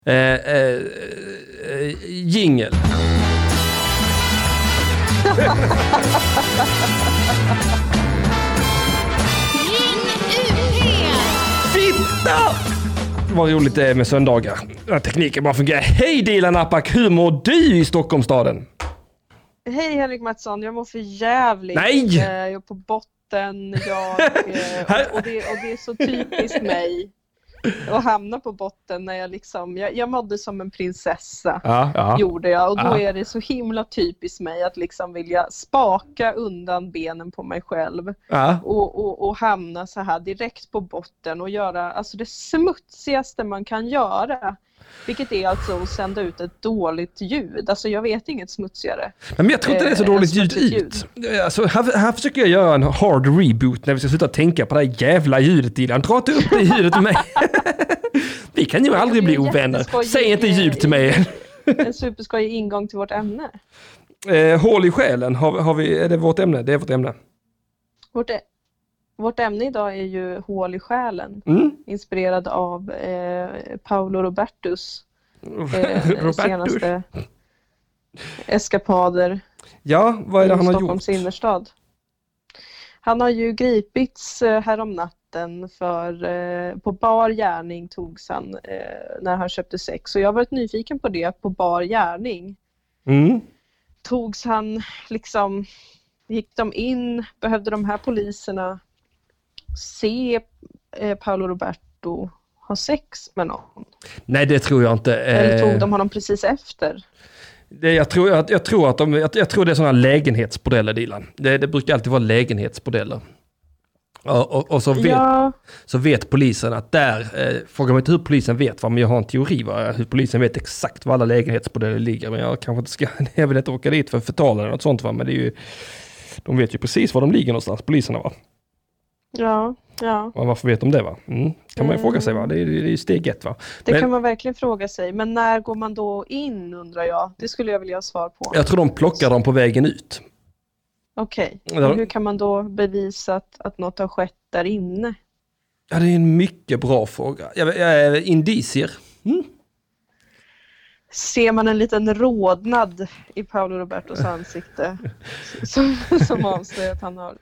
Jingel. Fitta! Vad roligt det är med söndagar. Tekniken bara fungerar. Hej Dilan Apak, hur mår du i Stockholmsstaden? Hej Henrik Mattsson, jag mår för jävligt. Nej! Jag är på botten, och det är så typiskt mig att hamna på botten när jag mådde som en prinsessa, gjorde jag. Och då är det så himla typiskt mig att liksom vilja spaka undan benen på mig själv och hamna så här direkt på botten och göra alltså det smutsigaste man kan göra. Vilket är alltså att sända ut ett dåligt ljud. Alltså jag vet inget smutsigare. Men jag tror inte det är så dåligt ljud ut. Alltså, här försöker jag göra en hard reboot när vi ska sluta tänka på det här jävla ljudet, Dilan. Dra inte upp det ljudet till mig. Vi kan ju aldrig bli ovänner. Säg inte ljud till mig. En superskojig ingång till vårt ämne. Hål i själen, har vi, är det vårt ämne? Det är vårt ämne. Vårt ämne idag är ju hål i själen. Inspirerad av Paolo Robertos senaste eskapader. Ja, vad är det han har gjort? Stockholms innerstad. Han har ju gripits härom natten för på bar gärning togs han när han köpte sex. Så jag har varit nyfiken på det, på bar gärning. Togs han liksom, gick de in, behövde de här poliserna se Paolo Roberto ha sex med någon? Nej, det tror jag inte. Eller tog de honom precis efter? Jag tror det är sådana lägenhetsbordeller, Dilan. Det brukar alltid vara lägenhetsbordeller. Och så vet polisen att där, frågar mig inte hur polisen vet, men jag har en teori hur polisen vet exakt var alla lägenhetsbordeller ligger, men jag kanske inte ska, jag vill inte åka dit för förtal eller något sånt, men det är ju, de vet ju precis var de ligger någonstans, poliserna, va? Ja. Och varför vet de det, va? Kan man ju fråga sig, va? Det är ju steg 1, va? Det kan man verkligen fråga sig. Men när går man då in, undrar jag? Det skulle jag vilja ha svar på. Jag tror de plockar dem på vägen ut. Okej. Och hur kan man då bevisa att något har skett där inne? Ja, det är en mycket bra fråga. Indicier. Ser man en liten rodnad i Paolo Robertos ansikte som avslöjar att han har...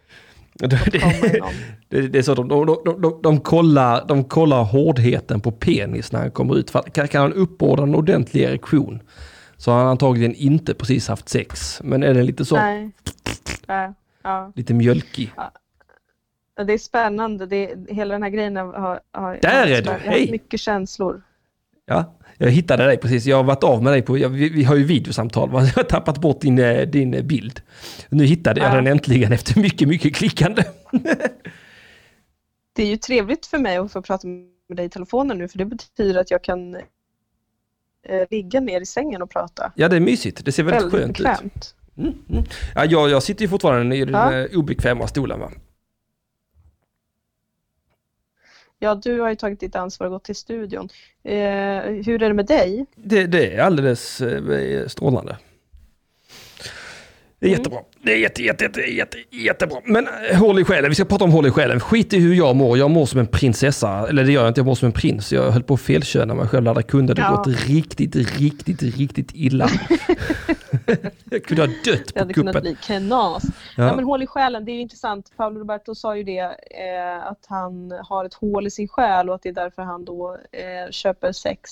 Det är så att de kollar hårdheten på penis när han kommer ut. Kan han uppbåda en ordentlig erektion, så har han antagligen inte precis haft sex. Men är det lite så? Nej. Ja. Lite mjölkig. Ja. Det är spännande. Hela den här grejen har där är du! Jag har mycket känslor. Ja, jag hittade dig precis. Jag har varit av med dig vi har ju videosamtal. Jag har tappat bort din bild. Nu hittade jag den äntligen efter mycket, mycket klickande. Det är ju trevligt för mig att få prata med dig i telefonen nu, för det betyder att jag kan ligga ner i sängen och prata. Ja, det är mysigt. Det ser väldigt skönt bekvämt ut. Ja, jag sitter ju fortfarande i den obekväma stolen, va? Ja, du har ju tagit ditt ansvar och gått till studion. Hur är det med dig? Det är alldeles strålande. Det är jättebra. Det är jättebra. Men håll i själen, vi ska prata om håll i själen. Skit i hur jag mår. Jag mår som en prinsessa. Eller det gör jag inte, jag mår som en prins. Jag höll på att felköna mig själv. Det kunde det gått riktigt illa. Jag kunde ha dött på kuppen. Det hade kunnat bli knas. Ja, men hål i själen, det är ju intressant. Paolo Roberto sa ju det, att han har ett hål i sin själ och att det är därför han då köper sex.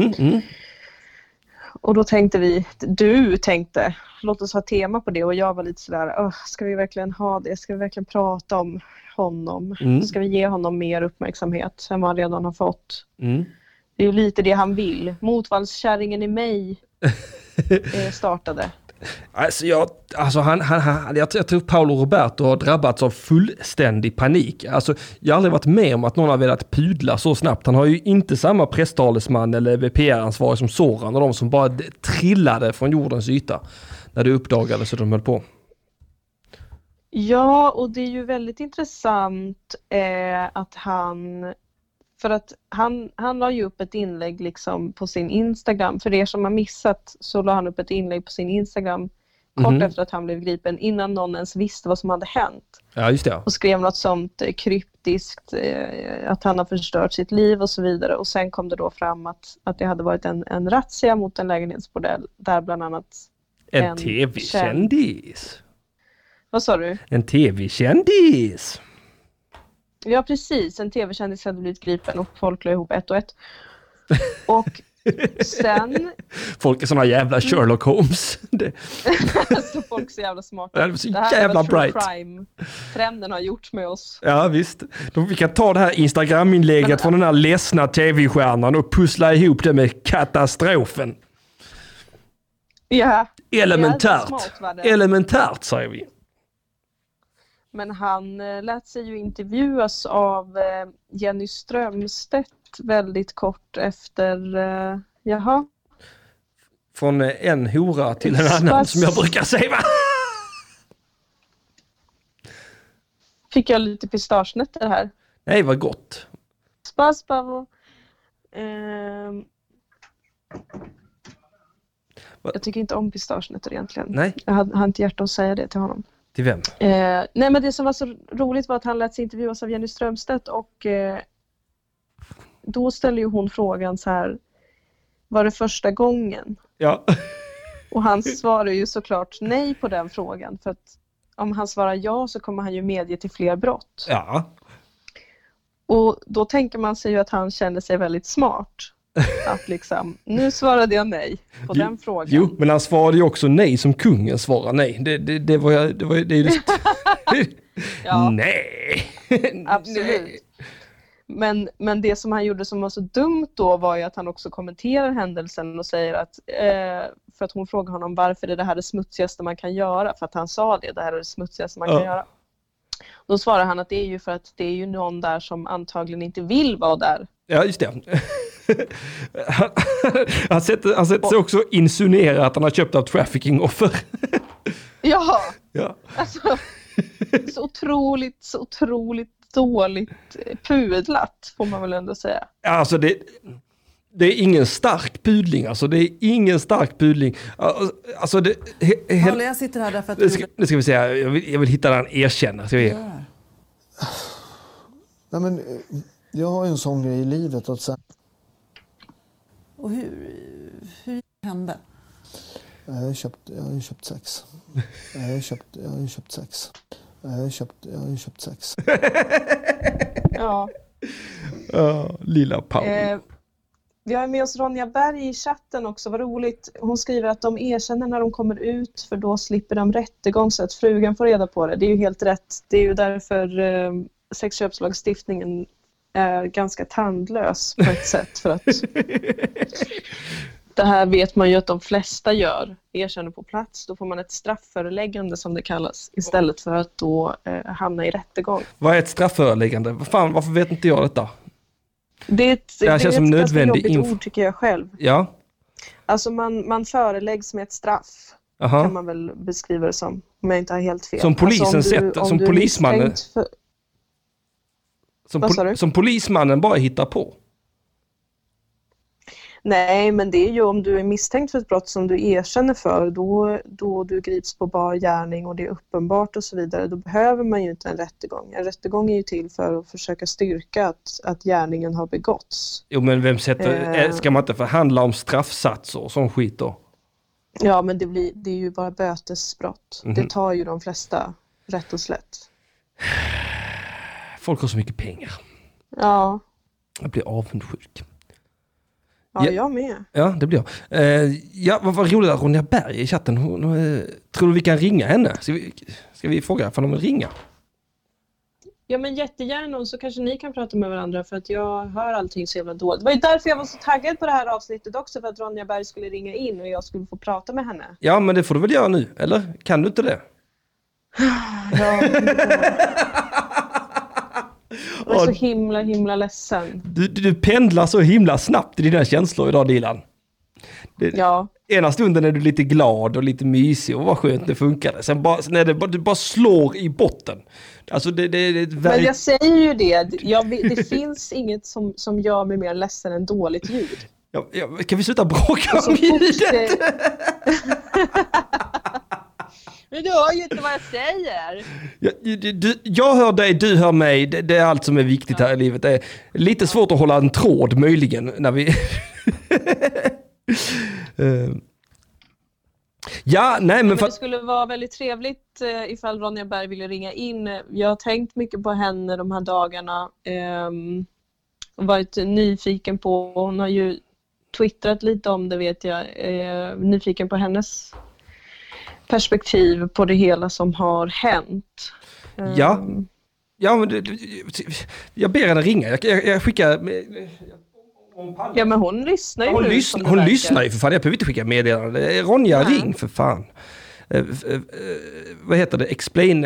Och då tänkte du tänkte, låt oss ha tema på det. Och jag var lite sådär, ska vi verkligen ha det? Ska vi verkligen prata om honom? Ska vi ge honom mer uppmärksamhet än vad han redan har fått? Det är ju lite det han vill. Motvallskärringen i mig startade. Jag tror Paolo Roberto har drabbats av fullständig panik. Alltså, jag har aldrig varit med om att någon har velat pudla så snabbt. Han har ju inte samma presstalesman eller PR-ansvarig som Soran och de som bara trillade från jordens yta när det uppdagades att de höll på. Ja, och det är ju väldigt intressant att för att han la ju upp ett inlägg liksom på sin Instagram. För er som har missat så la han upp ett inlägg på sin Instagram kort efter att han blev gripen, innan någon ens visste vad som hade hänt. Ja, just det. Och skrev något sånt kryptiskt, att han har förstört sitt liv och så vidare. Och sen kom det då fram att det hade varit en razzia mot en lägenhetsbordell där bland annat en tv-kändis. Vad sa du? En tv-kändis. Ja, precis. En tv-kändis hade blivit gripen och folk la ihop ett och ett. Och sen... Folk är såna jävla Sherlock Holmes. Alltså, folk är så jävla smarta. Det är så jävla bright. Crime-trenden har gjort med oss. Ja, visst. Vi kan ta det här Instagram-inlägget från den här ledsna tv-stjärnan och pussla ihop det med katastrofen. Ja. Elementärt. Elementärt, säger vi. Men han lät sig ju intervjuas av Jenny Strömstedt väldigt kort efter, Från en hora till en annan, som jag brukar säga, va? Fick jag lite pistagenötter här? Nej, vad gott. Spasbavo. Jag tycker inte om pistagenötter egentligen. Nej. Jag har inte hjärta att säga det till honom. Till vem? Nej, men det som var så roligt var att han lät sig intervjuas av Jenny Strömstedt och då ställer ju hon frågan så här: var det första gången? Ja. Och han svarar ju såklart nej på den frågan, för att om han svarar ja så kommer han ju medge till fler brott. Ja. Och då tänker man sig ju att han känner sig väldigt smart. Att liksom, nu svarade jag nej på den frågan. Jo, men han svarade ju också nej som kungen svarar nej. Det var ju ja. Nej. Absolut. Nej. Men det som han gjorde som var så dumt då var ju att han också kommenterar händelsen och säger att för att hon frågar honom varför är det här det smutsigaste man kan göra, för att han sa det här är det smutsigaste man kan göra. Då svarar han att det är ju för att det är ju någon där som antagligen inte vill vara där. Ja, just det. Han sätter sig också insinuera att han har köpt av trafficking-offer. Ja. Ja. Alltså, så otroligt dåligt pudlat, får man väl ändå säga. Alltså det är ingen stark pudling. Alltså det är ingen stark pudling. Alltså jag sitter här därför att nu ska vi säga, jag vill hitta den erkännare. Nej, men jag har ju en sån grej i livet att säga. Och hur hände? Jag har ju köpt sex. Jag har ju köpt sex. Ja. Lilla Paul. Vi har med oss Ronja Berg i chatten också, vad roligt. Hon skriver att de erkänner när de kommer ut, för då slipper de rättegång så att frugan får reda på det. Det är ju helt rätt. Det är ju därför sexköpslagstiftningen är ganska tandlös på ett sätt, för att det här vet man ju att de flesta gör. Erkänner på plats, då får man ett straffföreläggande som det kallas, istället för att då hamna i rättegång. Vad är ett straffföreläggande? Fan, varför vet inte jag detta? Det är ett nödvändig jobbigt ord, tycker jag själv. Ja. Alltså man föreläggs med ett straff. Aha. Kan man väl beskriva det som, om jag inte har helt fel. Som polisen som polismannen. Som polismannen bara hittar på. Nej, men det är ju om du är misstänkt för ett brott som du erkänner för, då du grips på bar gärning och det är uppenbart och så vidare, då behöver man ju inte en rättegång. En rättegång är ju till för att försöka styrka att gärningen har begåtts. Jo, men vem ska man inte förhandla om straffsatser och sån skit då? Ja, men det är ju bara bötesbrott. Mm-hmm. Det tar ju de flesta rätt och slätt. Folk har så mycket pengar. Ja. Jag blir avundsjuk. Ja, jag med. Ja, det blir jag. Vad roligt att Ronja Berg i chatten. Tror du vi kan ringa henne? Ska vi fråga om de vill ringa? Ja, men jättegärna, och så kanske ni kan prata med varandra, för att jag hör allting så jävla dåligt. Det var ju därför jag var så taggad på det här avsnittet också, för att Ronja Berg skulle ringa in och jag skulle få prata med henne. Ja, men det får du väl göra nu, eller? Kan du inte det? Ja, jag är så himla ledsen. Du pendlar så himla snabbt i dina känslor idag, Dilan. Ja. Ena stunden är du lite glad och lite mysig och vad skönt det funkade. Sen när du bara slår i botten. Alltså Men jag säger ju det. Det finns inget som gör mig mer ledsen än dåligt ljud. Ja, kan vi sluta bråka om ljudet? Men du hör ju inte vad jag säger. Jag hör dig, du hör mig. Det är allt som är viktigt här i livet. Det är lite svårt att hålla en tråd möjligen när vi... Ja, nej men... Det skulle vara väldigt trevligt ifall Ronja Berg ville ringa in. Jag har tänkt mycket på henne de här dagarna. Och varit nyfiken på... Hon har ju twittrat lite om det, vet jag. Nyfiken på hennes perspektiv på det hela som har hänt. Ja, men jag ber henne ringa. Jag skickar... Ja, men hon lyssnar ju. Hon lyssnar ju för fan. Jag behöver inte skicka meddelande. Ronja, ring för fan. Vad heter det?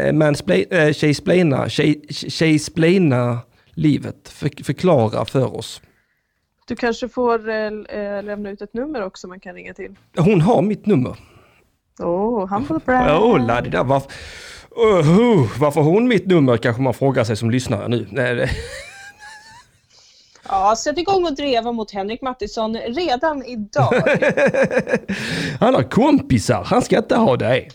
Tjejsplaina livet. Förklara för oss. Du kanske får lämna ut ett nummer också man kan ringa till. Hon har mitt nummer. Humble brag. Laddida. Varför hon mitt nummer kanske man frågar sig som lyssnare nu. Nej. Ja, sätt igång och dreva mot Henrik Mattisson redan idag. Han har kompisar, han ska inte ha dig.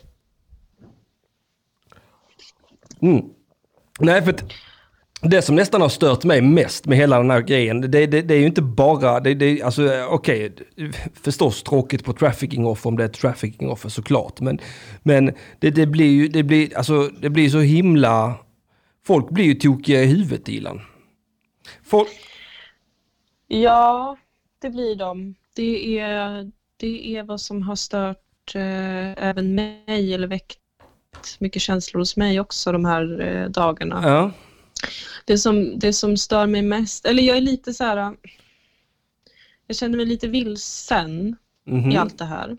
Nej, för det som nästan har stört mig mest med hela den här grejen, det är ju inte bara, alltså okej, förstås tråkigt på trafficking offer om det är trafficking offer såklart, men det blir så himla, folk blir ju tokiga i huvudet, Dilan. Ja, det blir de. Det är vad som har stört även mig, eller väckt mycket känslor hos mig också de här dagarna. Ja. Det som stör mig mest, eller jag är lite så här, jag känner mig lite vilsen i allt det här.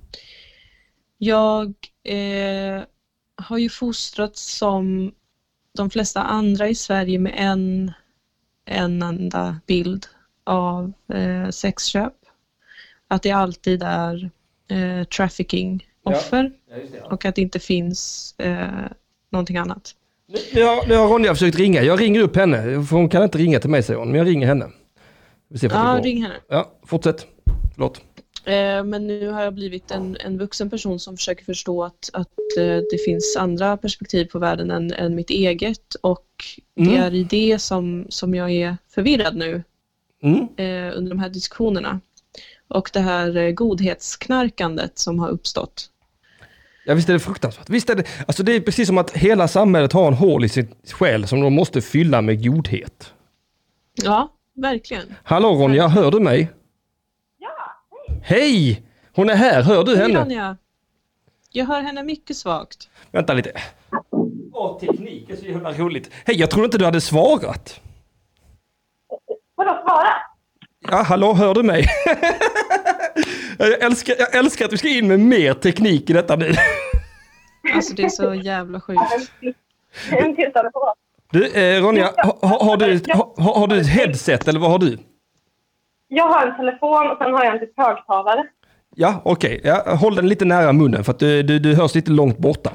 Jag har ju fostrats som de flesta andra i Sverige med en enda bild av sexköp. Att det alltid är trafficking-offer. Och att det inte finns någonting annat. Nu har Ronja försökt ringa. Jag ringer upp henne. För hon kan inte ringa till mig, säger hon. Men jag ringer henne. Ring henne. Ja, fortsätt. Förlåt. Men nu har jag blivit en vuxen person som försöker förstå att det finns andra perspektiv på världen än mitt eget. Och det är i det som jag är förvirrad nu under de här diskussionerna. Och det här godhetsknarkandet som har uppstått. Ja, visst är det fruktansvärt. Visst är det, alltså det är precis som att hela samhället har en hål i sin själ som de måste fylla med godhet. Ja, verkligen. Hallå Ronja, hör du mig? Ja, hej! Hon är här, hör du henne? Ronja. Jag hör henne mycket svagt. Vänta lite. Teknik är så jävla roligt. Hej, jag tror inte du hade svarat. Vadå svara? Ja, hallå, hör du mig? Jag älskar att vi ska in med mer teknik i detta nu. Alltså det är så jävla sjukt. En till telefon. Du, Ronja, har du ett headset eller vad har du? Jag har en telefon och sen har jag en till högtalare. Ja, okej. Ja, håll den lite nära munnen för att du hörs lite långt borta.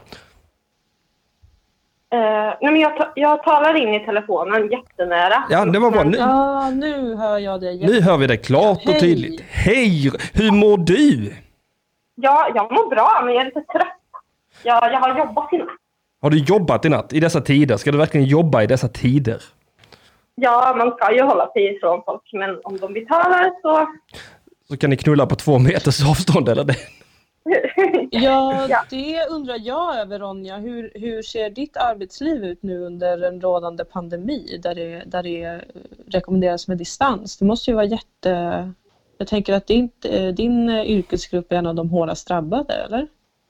Nej, men jag talar in i telefonen jättenära. Ja, det var bra. Nu hör jag dig. Nu hör vi det klart och tydligt. Hej! Hur mår du? Ja, jag mår bra, men jag är lite trött. Jag har jobbat i natt. Har du jobbat i natt? I dessa tider? Ska du verkligen jobba i dessa tider? Ja, man ska ju hålla sig ifrån folk, men om de betalar så kan ni knulla på 2 meters avstånd, eller det? Ja, det undrar jag över, Ronja. Hur ser ditt arbetsliv ut nu under en rådande pandemi där det rekommenderas med distans? Det måste ju vara Jag tänker att din yrkesgrupp är en av de hårdast drabbade, eller?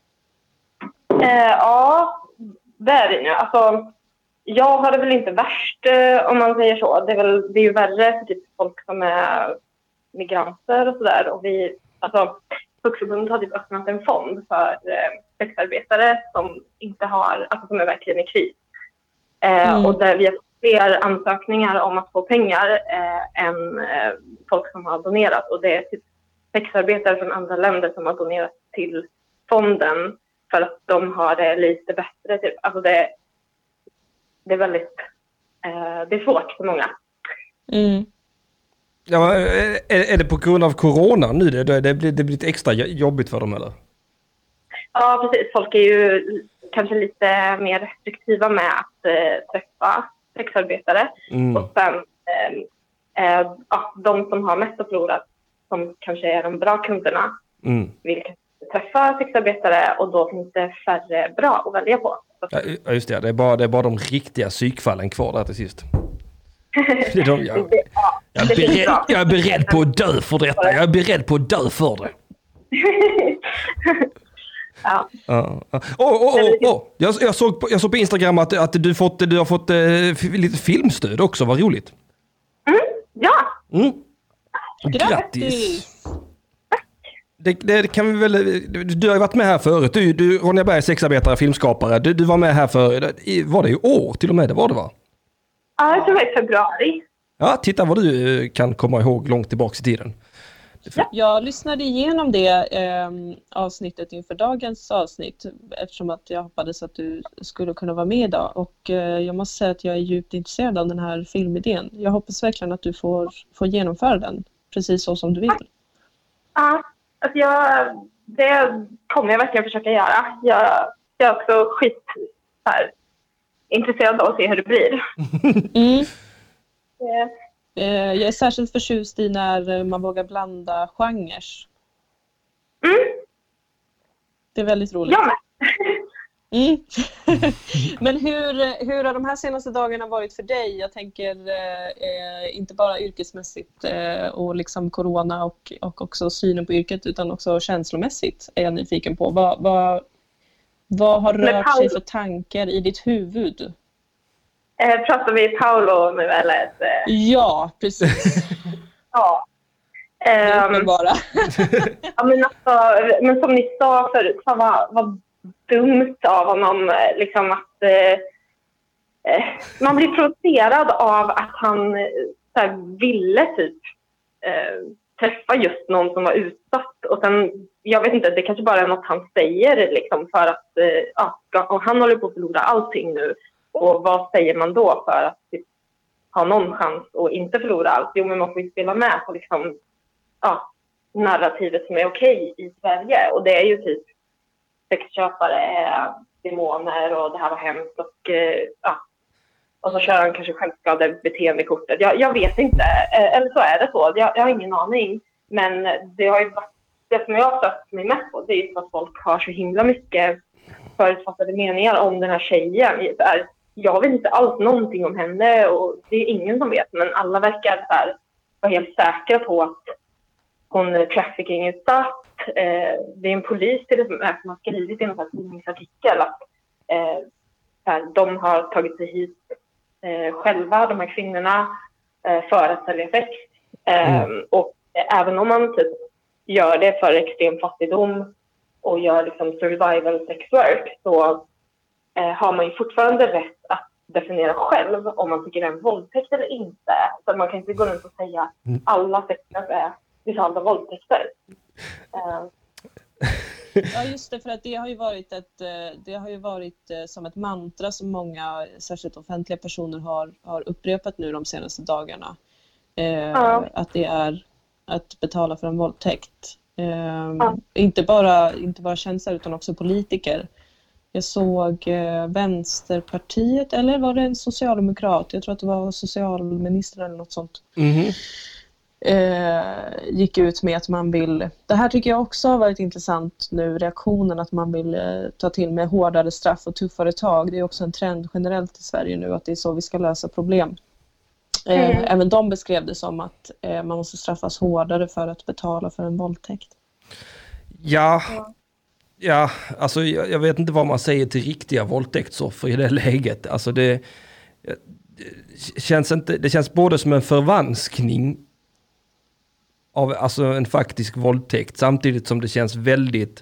Ja, det är det ju. Alltså, jag har det väl inte värst om man säger så. Det är ju värre för typ folk som är migranter och sådär. Och Vuxenförbundet har typ öppnat en fond för sexarbetare som inte har, alltså som är verkligen i kris. Och där vi har fler ansökningar om att få pengar än folk som har donerat. Och det är typ sexarbetare från andra länder som har donerat till fonden för att de har det lite bättre. Typ. Alltså det är väldigt det är svårt för många. Ja, är det på grund av corona nu? Det blir extra jobbigt för dem, eller? Ja, precis. Folk är ju kanske lite mer restriktiva med att träffa sexarbetare. Och sen de som har mest att förlora, som kanske är de bra kunderna, vill träffa sexarbetare, och då finns det färre bra att välja på. Ja, just det. Det är bara de riktiga psykfallen kvar där till sist. Det är jag är beredd på att dö för detta. Jag är beredd på att dö för det. Ja. Jag såg på Instagram att du har fått lite filmstöd också. Vad roligt. Ja. Grattis. Det kan vi väl. Du har ju varit med här förut. Du Ronja Berg, sexarbetare, filmskapare. Du var med här för, var det i år till och med? Det var det, va? Ja, jag tror det var i februari. Ja, titta vad du kan komma ihåg långt tillbaka i tiden. Jag lyssnade igenom det avsnittet inför dagens avsnitt, eftersom att jag hoppades att du skulle kunna vara med idag. Och jag måste säga att jag är djupt intresserad av den här filmidén. Jag hoppas verkligen att du får genomföra den precis så som du vill. Ja, alltså det kommer jag verkligen försöka göra. Jag är också intresserad av att se hur det blir. Jag är särskilt förtjust i när man vågar blanda genrer. Det är väldigt roligt. Ja. Men hur har de här senaste dagarna varit för dig? Jag tänker inte bara yrkesmässigt och liksom corona och också synen på yrket, utan också känslomässigt är jag nyfiken på. Vad har rört sig för tankar i ditt huvud? Pratar vi Paolo nu eller? Ja, precis. Ja. Bara. Ja, men som ni sa förut, vad dumt av honom liksom att man blir provocerad av att han så här, ville typ träffa just någon som var utsatt, och sen, jag vet inte, det kanske bara är något han säger liksom, för att och han håller på att förlora allting nu, och vad säger man då för att typ, ha någon chans och inte förlora allt? Jo, men man får ju spela med på liksom, narrativet som är okej i Sverige, och det är ju typ sexköpare, demoner och det här var hemskt, och så kör han kanske självskadebeteendekortet. Jag vet inte, eller så är det så. Jag har ingen aning, men det har ju varit, det som jag har stött mig mest på, det är ju att folk har så himla mycket förutfattade meningar om den här tjejen. Jag vet inte alls någonting om henne, och det är ingen som vet, men alla verkar vara helt säkra på att hon är trafficking-utsatt. Det är en polis till det som har skrivit i en tidningsartikel att de har tagit sig hit själva, de här kvinnorna, för att sälja sex. Och även om man typ gör det för extrem fattigdom och gör liksom survival sex work, så har man ju fortfarande rätt att definiera själv om man tycker det är en våldtäkt eller inte. Så man kan inte gå runt och säga att alla sexköp är betalda våldtäkter. Ja, just det, för att det har ju varit som ett mantra som många, särskilt offentliga personer, har upprepat nu de senaste dagarna. Att det är att betala för en våldtäkt. Inte bara känslar utan också politiker. Jag såg Vänsterpartiet, eller var det en socialdemokrat? Jag tror att det var socialministern eller något sånt. Gick ut med att man vill, det här tycker jag också har varit intressant nu, reaktionen att man vill ta till med hårdare straff och tuffare tag. Det är också en trend generellt i Sverige nu att det är så vi ska lösa problem. Även de beskrev det som att man måste straffas hårdare för att betala för en våldtäkt. Ja, alltså jag vet inte vad man säger till riktiga våldtäktsoffer i det läget. Alltså det känns både som en förvanskning av alltså en faktisk våldtäkt, samtidigt som det känns väldigt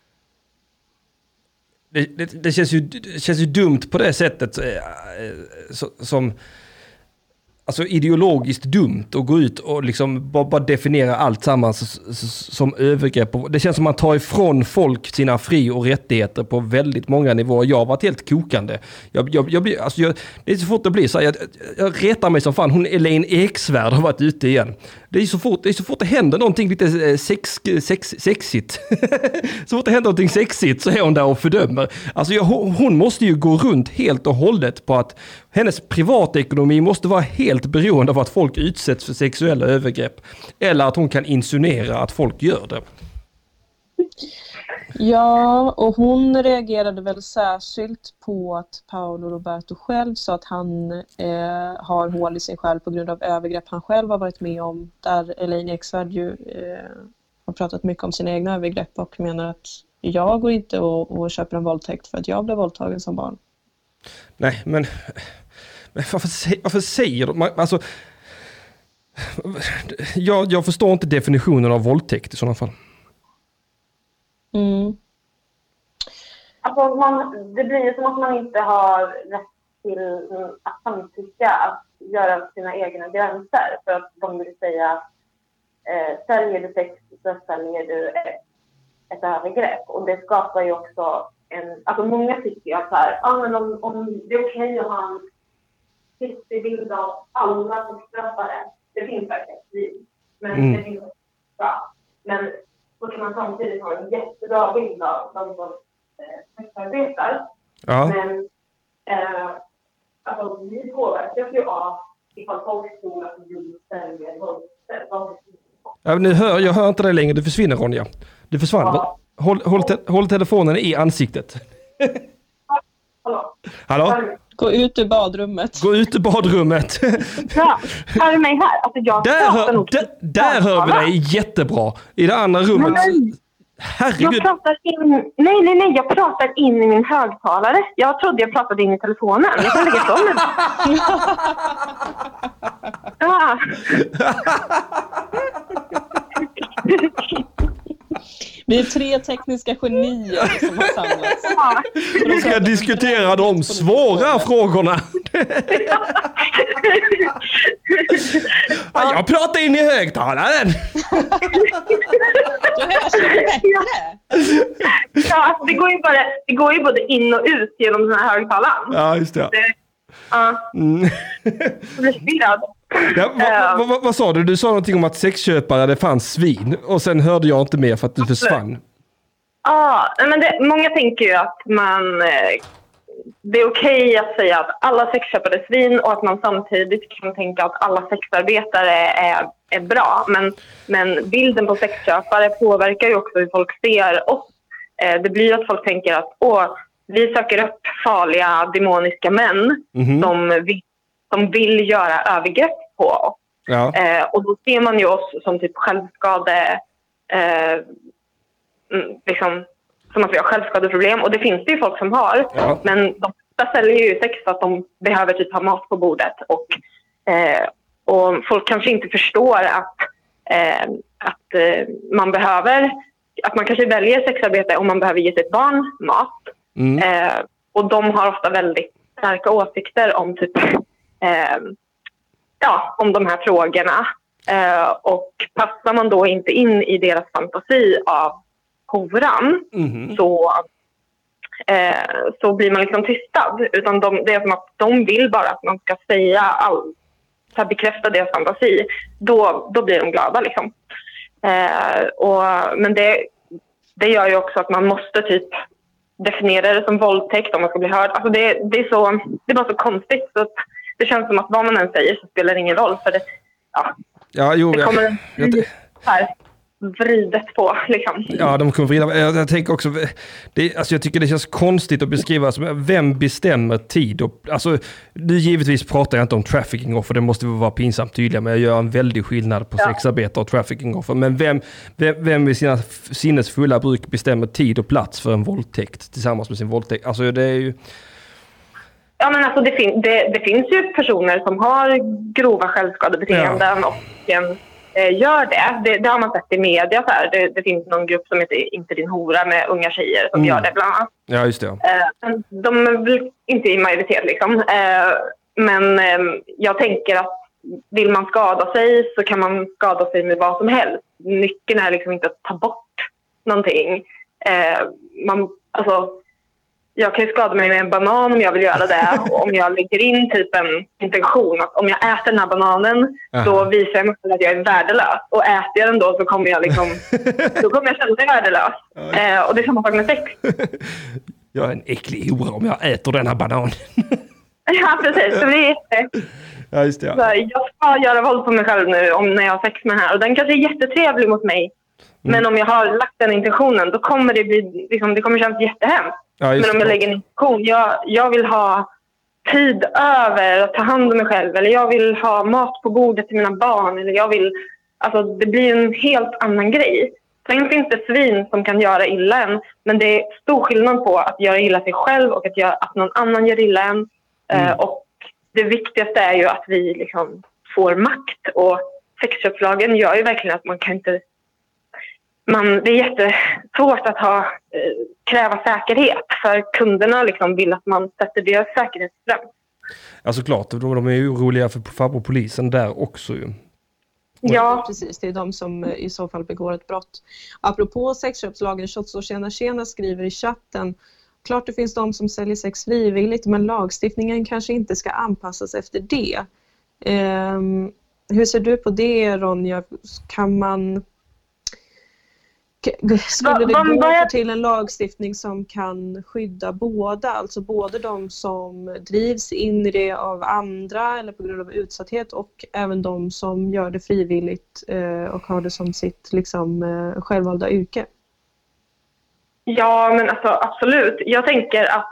det känns ju dumt på det sättet som alltså ideologiskt dumt att gå ut och liksom bara definiera allt sammans som övergrepp. Det känns som att man tar ifrån folk sina fri- och rättigheter på väldigt många nivåer. Jag har varit helt kokande. Det är så fort det blir så här, jag retar mig som fan. Hon Elaine Eksvärd har varit ute igen. Det är så fort det händer någonting lite sexigt. Så fort det händer någonting sexigt så är hon där och fördömer. Alltså hon måste ju gå runt helt och hållet på att hennes privatekonomi måste vara helt beroende av att folk utsätts för sexuella övergrepp. Eller att hon kan insinuera att folk gör det. Ja, och hon reagerade väl särskilt på att Paolo Roberto själv sa att han har hål i sig själv på grund av övergrepp han själv har varit med om. Där Elaine Eksvärd ju har pratat mycket om sina egna övergrepp och menar att jag går inte och köper en våldtäkt för att jag blev våldtagen som barn. Nej, men varför säger de? Alltså, jag förstår inte definitionen av våldtäkt i sådana fall. Alltså det blir ju som att man inte har rätt till att samtycka att göra sina egna gränser. För att de vill säga säljer du sex så säljer du ett övergrepp. Och det skapar ju också alltså många tycker att så här, men om det är okej att ha en riktig bild av alla som straffare. Det finns verkligen. Men det finns bra. Men så kan man samtidigt ha en jättebra bild av de som sexarbetar. Ja. Men alltså, vi påverkas ju av ifall folk tror att vi säljer våldtäkt. Ja, jag hör inte dig längre, du försvinner, Ronja. Du försvann. Ja. Håll telefonen i ansiktet. Hallå? Gå ut ur badrummet. Ja, hör du mig här? Alltså där hör vi dig jättebra. I det andra rummet. Herregud. Jag pratar jag pratar in i min högtalare. Jag trodde jag pratade in i telefonen. Jag kan lägga ifrån den. Ja. Vi är 3 tekniska genier som har samlats. Vi ska diskutera de svåra frågorna. Jag pratar in i högtalaren. Du hörs bättre. Ja, det går ju både in och ut genom den här högtalaren. Ja, just det. Ja. Jag blir förvirrad. Ja, vad sa du? Du sa någonting om att sexköpare, det fanns svin. Och sen hörde jag inte mer för att du försvann. Ja, men många tänker ju att det är okej att säga att alla sexköpare är svin och att man samtidigt kan tänka att alla sexarbetare är bra. Men bilden på sexköpare påverkar ju också hur folk ser oss. Det blir att folk tänker att vi söker upp farliga, demoniska män som vill göra övergrepp på oss. Ja. Och då ser man ju oss som typ självskade, liksom, som att vi har självskadeproblem. Och det finns det ju folk som har. Ja. Men de flesta säljer ju sex för att de behöver typ ha mat på bordet. Och folk kanske inte förstår att man behöver, att man kanske väljer sexarbete om man behöver ge sitt barn mat. Och de har ofta väldigt starka åsikter om typ om de här frågorna. Och passar man då inte in i deras fantasi av horan så blir man liksom tystad. Utan det är som att de vill bara att man ska säga allt, så här, bekräfta deras fantasi. Då blir de glada liksom. Men det gör ju också att man måste typ definiera det som våldtäkt om man ska bli hörd. Alltså det är bara så konstigt så att det känns som att vad man än säger så spelar det ingen roll för det det kommer här vridet på liksom. Ja, de kommer vrida. Jag tänker också jag tycker det känns konstigt att beskriva som vem bestämmer tid och alltså givetvis pratar jag inte om trafficking offer, det måste vara pinsamt tydliga, men jag gör en väldig skillnad på sexarbete och trafficking offer. Men vem i sina sinnesfulla bruk bestämmer tid och plats för en våldtäkt tillsammans med sin våldtäkt? Alltså det är ju Ja, men alltså det finns ju personer som har grova självskadebeteenden och gör det. Det har man sett i media. Så här. Det finns någon grupp som heter Inte din hora med unga tjejer som gör det bland annat. Ja, just det. De är väl inte i majoritet liksom. Men jag tänker att vill man skada sig så kan man skada sig med vad som helst. Nyckeln är liksom inte att ta bort någonting. Jag kan ju skada mig med en banan om jag vill göra det. Om jag lägger in typ en intention att om jag äter den här bananen då visar jag mig att jag är värdelös. Och äter jag den då så kommer jag liksom då kommer jag känna mig värdelös. Och det är samma sak med sex. Jag är en äcklig hora om jag äter den här bananen. Ja, precis. Så det är ja, just det, ja. Så jag ska göra våld på mig själv nu när jag har sex med den här. Och den kanske är jättetrevlig mot mig. Men om jag har lagt den intentionen då kommer det bli liksom, det kommer kännas jättehemskt. Ja, men om jag lägger en intention, jag vill ha tid över att ta hand om mig själv. Eller jag vill ha mat på bordet till mina barn. Eller jag vill, alltså det blir en helt annan grej. Sen finns det svin som kan göra illa en. Men det är stor skillnad på att göra illa sig själv och att någon annan gör illa en. Och det viktigaste är ju att vi liksom får makt. Och sexköpslagen gör ju verkligen att man kan inte... det är jättesvårt att kräva säkerhet. För kunderna liksom vill att man sätter deras säkerhet främst. Ja, såklart. De är ju oroliga för farbror polisen där också ju. Ja, precis. Det är de som i så fall begår ett brott. Apropå sexköpslagen, Tjena skriver i chatten: klart det finns de som säljer sex frivilligt, men lagstiftningen kanske inte ska anpassas efter det. Hur ser du på det, Ronja? Skulle det gå till en lagstiftning som kan skydda båda? Alltså både de som drivs in i det av andra eller på grund av utsatthet och även de som gör det frivilligt och har det som sitt liksom, självvalda yrke? Ja, men alltså absolut. Jag tänker att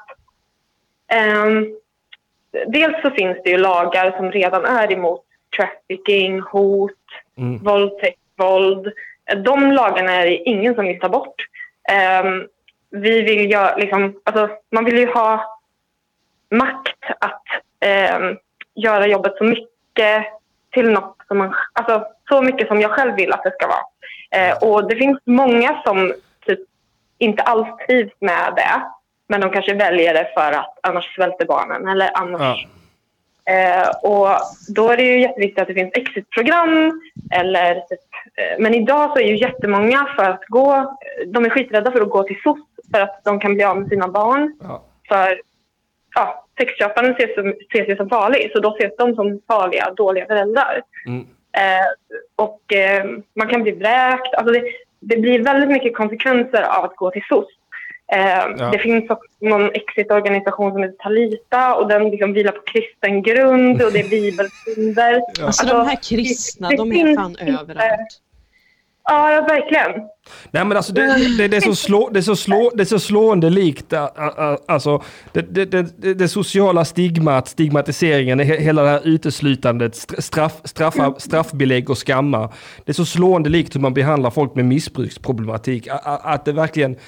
dels så finns det ju lagar som redan är emot trafficking, hot, våldtäkt, våld. De lagarna är det ingen som vill ta bort. Vi vill man vill ju ha makt att göra jobbet så mycket till något som så mycket som jag själv vill att det ska vara. Och det finns många som typ inte alls trivs med det, men de kanske väljer det för att annars svälter barnen eller annars. Och då är det ju jätteviktigt att det finns exitprogram eller typ, men idag så är ju jättemånga de är skiträdda för att gå till SOS för att de kan bli av med sina barn. För sexköparen ses ju som farlig, så då ses de som farliga, dåliga föräldrar. Och man kan bli vräkt. Alltså det blir väldigt mycket konsekvenser av att gå till SOS. Det finns också någon exit-organisation som heter Talita och den liksom vilar på kristen grund och det är bibelstunder. Alltså de här kristna, de är fan överallt. Ja, verkligen. Nej, men alltså det är så slående likt alltså det sociala stigmatiseringen, hela det här uteslutandet, straffbelägg och skamma. Det är så slående likt hur man behandlar folk med missbruksproblematik, att det verkligen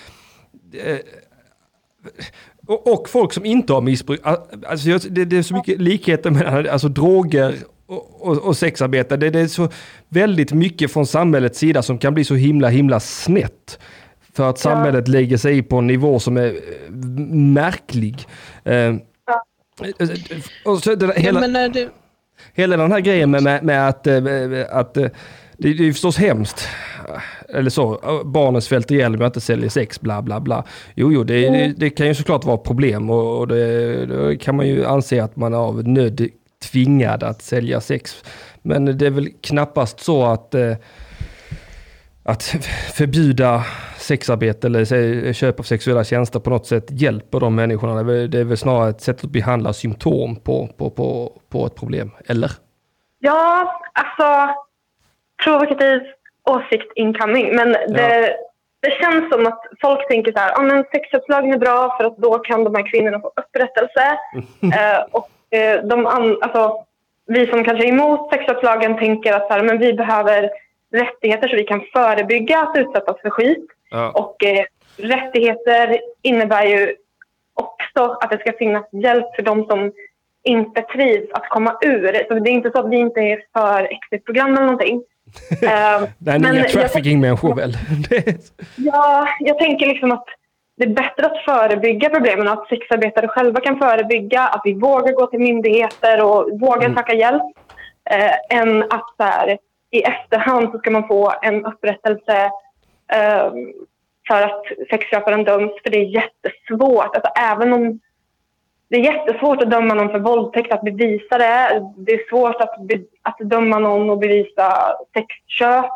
och folk som inte har missbruk, alltså det är så mycket likheter mellan alltså droger och sexarbete. Det är så väldigt mycket från samhällets sida som kan bli så himla snett för att samhället lägger sig på en nivå som är märklig. Och så hela den här grejen med att det är förstås hemskt. Eller så, barnen svälter ihjäl om jag inte säljer sex, bla bla bla. Jo, det kan ju såklart vara problem och det kan man ju anse att man är av nöd tvingad att sälja sex. Men det är väl knappast så att förbjuda sexarbete eller köp av sexuella tjänster på något sätt hjälper de människorna. Det är väl snarare ett sätt att behandla symptom på ett problem, eller? Ja, alltså provokativ åsikt incoming, men det känns som att folk tänker så här, men sexköpslagen är bra för att då kan de här kvinnorna få upprättelse. Och vi som kanske är emot sexköpslagen tänker att så här, men vi behöver rättigheter så vi kan förebygga att utsättas för skit. Och rättigheter innebär ju också att det ska finnas hjälp för de som inte trivs att komma ur. Så det är inte så att vi inte är för exitprogram eller någonting. Det är inga trafficking-människor väl? Ja, jag tänker liksom att det är bättre att förebygga problemen, att sexarbetare själva kan förebygga, att vi vågar gå till myndigheter och vågar tacka hjälp. än att så här, i efterhand så ska man få en upprättelse för att sexköparen döms, för det är jättesvårt. Alltså, även om det är jättesvårt att döma någon för våldtäkt, att bevisa det. Det är svårt att döma någon och bevisa sexköp.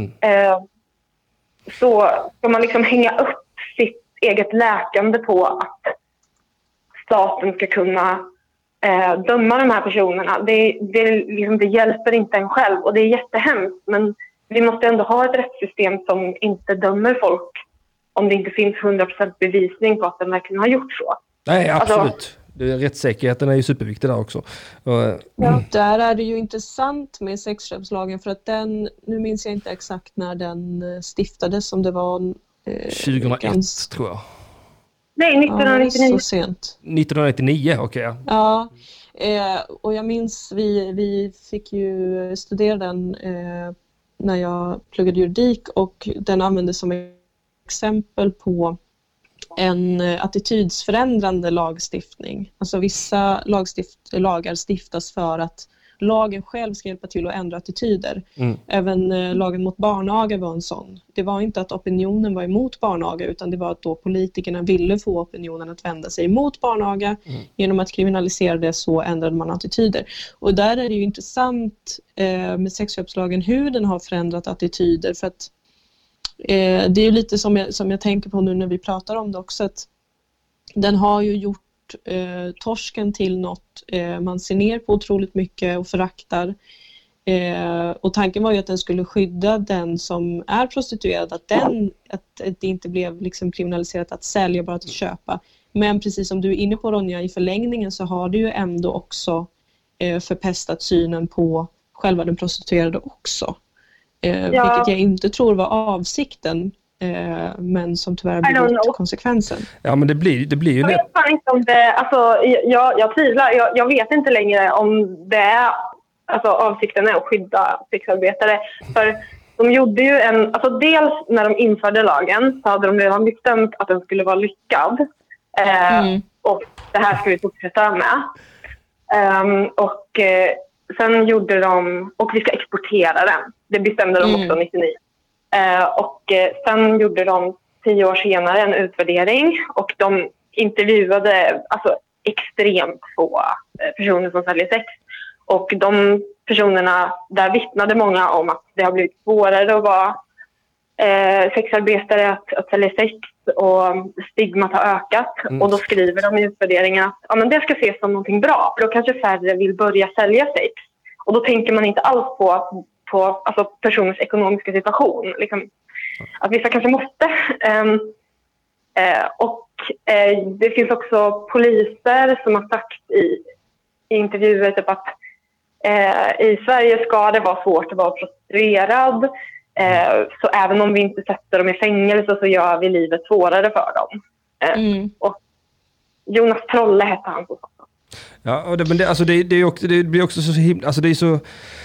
Så ska man liksom hänga upp sitt eget läkande på att staten ska kunna döma de här personerna. Det hjälper inte en själv, och det är jättehemskt. Men vi måste ändå ha ett rättssystem som inte dömer folk om det inte finns 100% bevisning på att de verkligen har gjort så. Nej, absolut. Alltså, rättssäkerheten är ju superviktig där också. Där är det ju intressant med sexköpslagen, för att nu minns jag inte exakt när den stiftades, som det var 2001 tror jag. Nej, 1999. Så sent. 1999, okej. Ja, och jag minns vi fick ju studera den när jag pluggade juridik, och den användes som exempel på en attitydsförändrande lagstiftning. Alltså vissa lagar stiftas för att lagen själv ska hjälpa till att ändra attityder. Även lagen mot barnaga var en sån. Det var inte att opinionen var emot barnaga, utan det var att då politikerna ville få opinionen att vända sig emot barnaga. Genom att kriminalisera det så ändrade man attityder. Och där är det ju intressant med sexköpslagen hur den har förändrat attityder, för att det är ju lite som jag tänker på nu när vi pratar om det också, att den har ju gjort torsken till något man ser ner på otroligt mycket och föraktar. Och tanken var ju att den skulle skydda den som är prostituerad, att det inte blev liksom kriminaliserat att sälja, bara att köpa. Men precis som du är inne på, Ronja, i förlängningen så har det ju ändå också förpestat synen på själva den prostituerade också. Vilket jag inte tror var avsikten, men som tyvärr blivit konsekvensen. Ja, men det blir ju... Jag vet fan inte om det... Alltså, jag tvivlar. Jag vet inte längre om det är... Alltså, avsikten är att skydda sexarbetare. För de gjorde ju alltså dels när de införde lagen så hade de redan bestämt att den skulle vara lyckad. Och det här ska vi fortsätta med. Sen gjorde de... Och vi ska exportera den. Det bestämde de också 99. Sen gjorde de 10 år senare en utvärdering. Och de intervjuade alltså extremt få personer som säljer sex. Och de personerna, där vittnade många om att det har blivit svårare att vara sexarbetare, att sälja sex, och stigmat har ökat. Och då skriver de i utvärderingen att men det ska ses som någonting bra, för då kanske färre vill börja sälja sex. Och då tänker man inte alls på alltså personens ekonomiska situation. Liksom, att vissa kanske måste. Det finns också poliser som har sagt i intervjuer typ att i Sverige ska det vara svårt att vara prostituerad. Så även om vi inte sätter dem i fängelse så gör vi livet svårare för dem. Och Jonas Trolle hette han så. Ja, men det blir också så himla... Alltså det är så...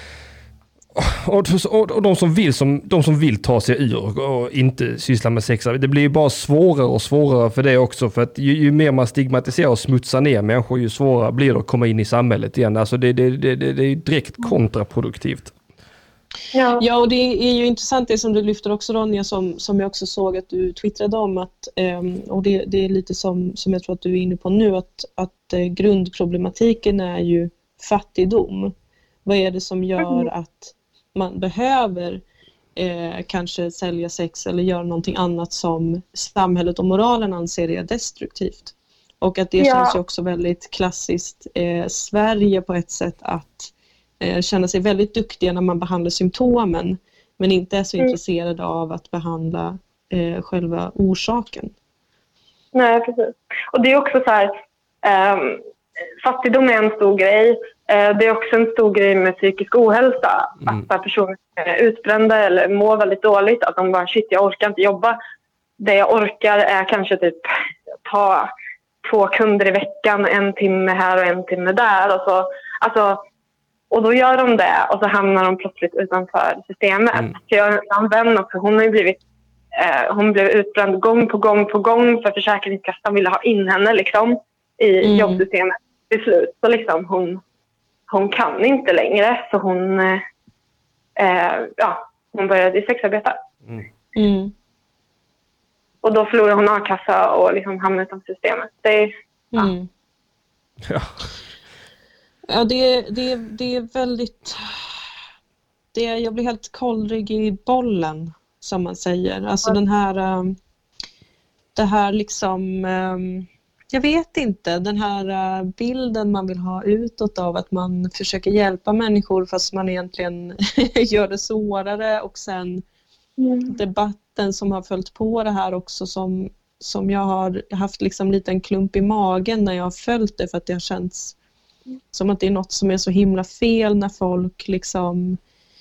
Och de som vill ta sig ur och inte syssla med sex, det blir ju bara svårare och svårare för det också, för att ju mer man stigmatiserar och smutsar ner människor, ju svårare blir det att komma in i samhället igen. Alltså det är direkt kontraproduktivt. Ja, och det är ju intressant det som du lyfter också, Ronja, som jag också såg att du twittrade om, att, och det är lite som jag tror att du är inne på nu, att grundproblematiken är ju fattigdom. Vad är det som gör att man behöver kanske sälja sex eller göra någonting annat som samhället och moralen anser är destruktivt? Och att det känns ju också väldigt klassiskt Sverige på ett sätt, att känna sig väldigt duktiga när man behandlar symptomen, men inte är så intresserade av att behandla själva orsaken. Nej, precis. Och det är också så här, fattigdom är en stor grej. Det är också en stor grej med psykisk ohälsa. Att personer är utbrända eller mår väldigt dåligt. Att de bara, shit, jag orkar inte jobba. Det jag orkar är kanske typ ta 2 kunder i veckan, 1 timme här och 1 timme där. Och då gör de det, och så hamnar de plötsligt utanför systemet. Jag har en vän också, hon blev utbränd gång på gång för Försäkringskassan ville ha in henne liksom, i jobbsystemet till slut. Så liksom hon kan inte längre, så hon började sexarbeta. Och då förlorade hon a-kassa och liksom hamnade utanför systemet. Ja, det är väldigt... jag blir helt kollrig i bollen, som man säger. Alltså det här liksom... jag vet inte, den här bilden man vill ha utåt av att man försöker hjälpa människor fast man egentligen gör det svårare, och sen debatten som har följt på det här också, som jag har haft liksom lite en klump i magen när jag har följt det, för att det har känts som att det är något som är så himla fel när folk liksom...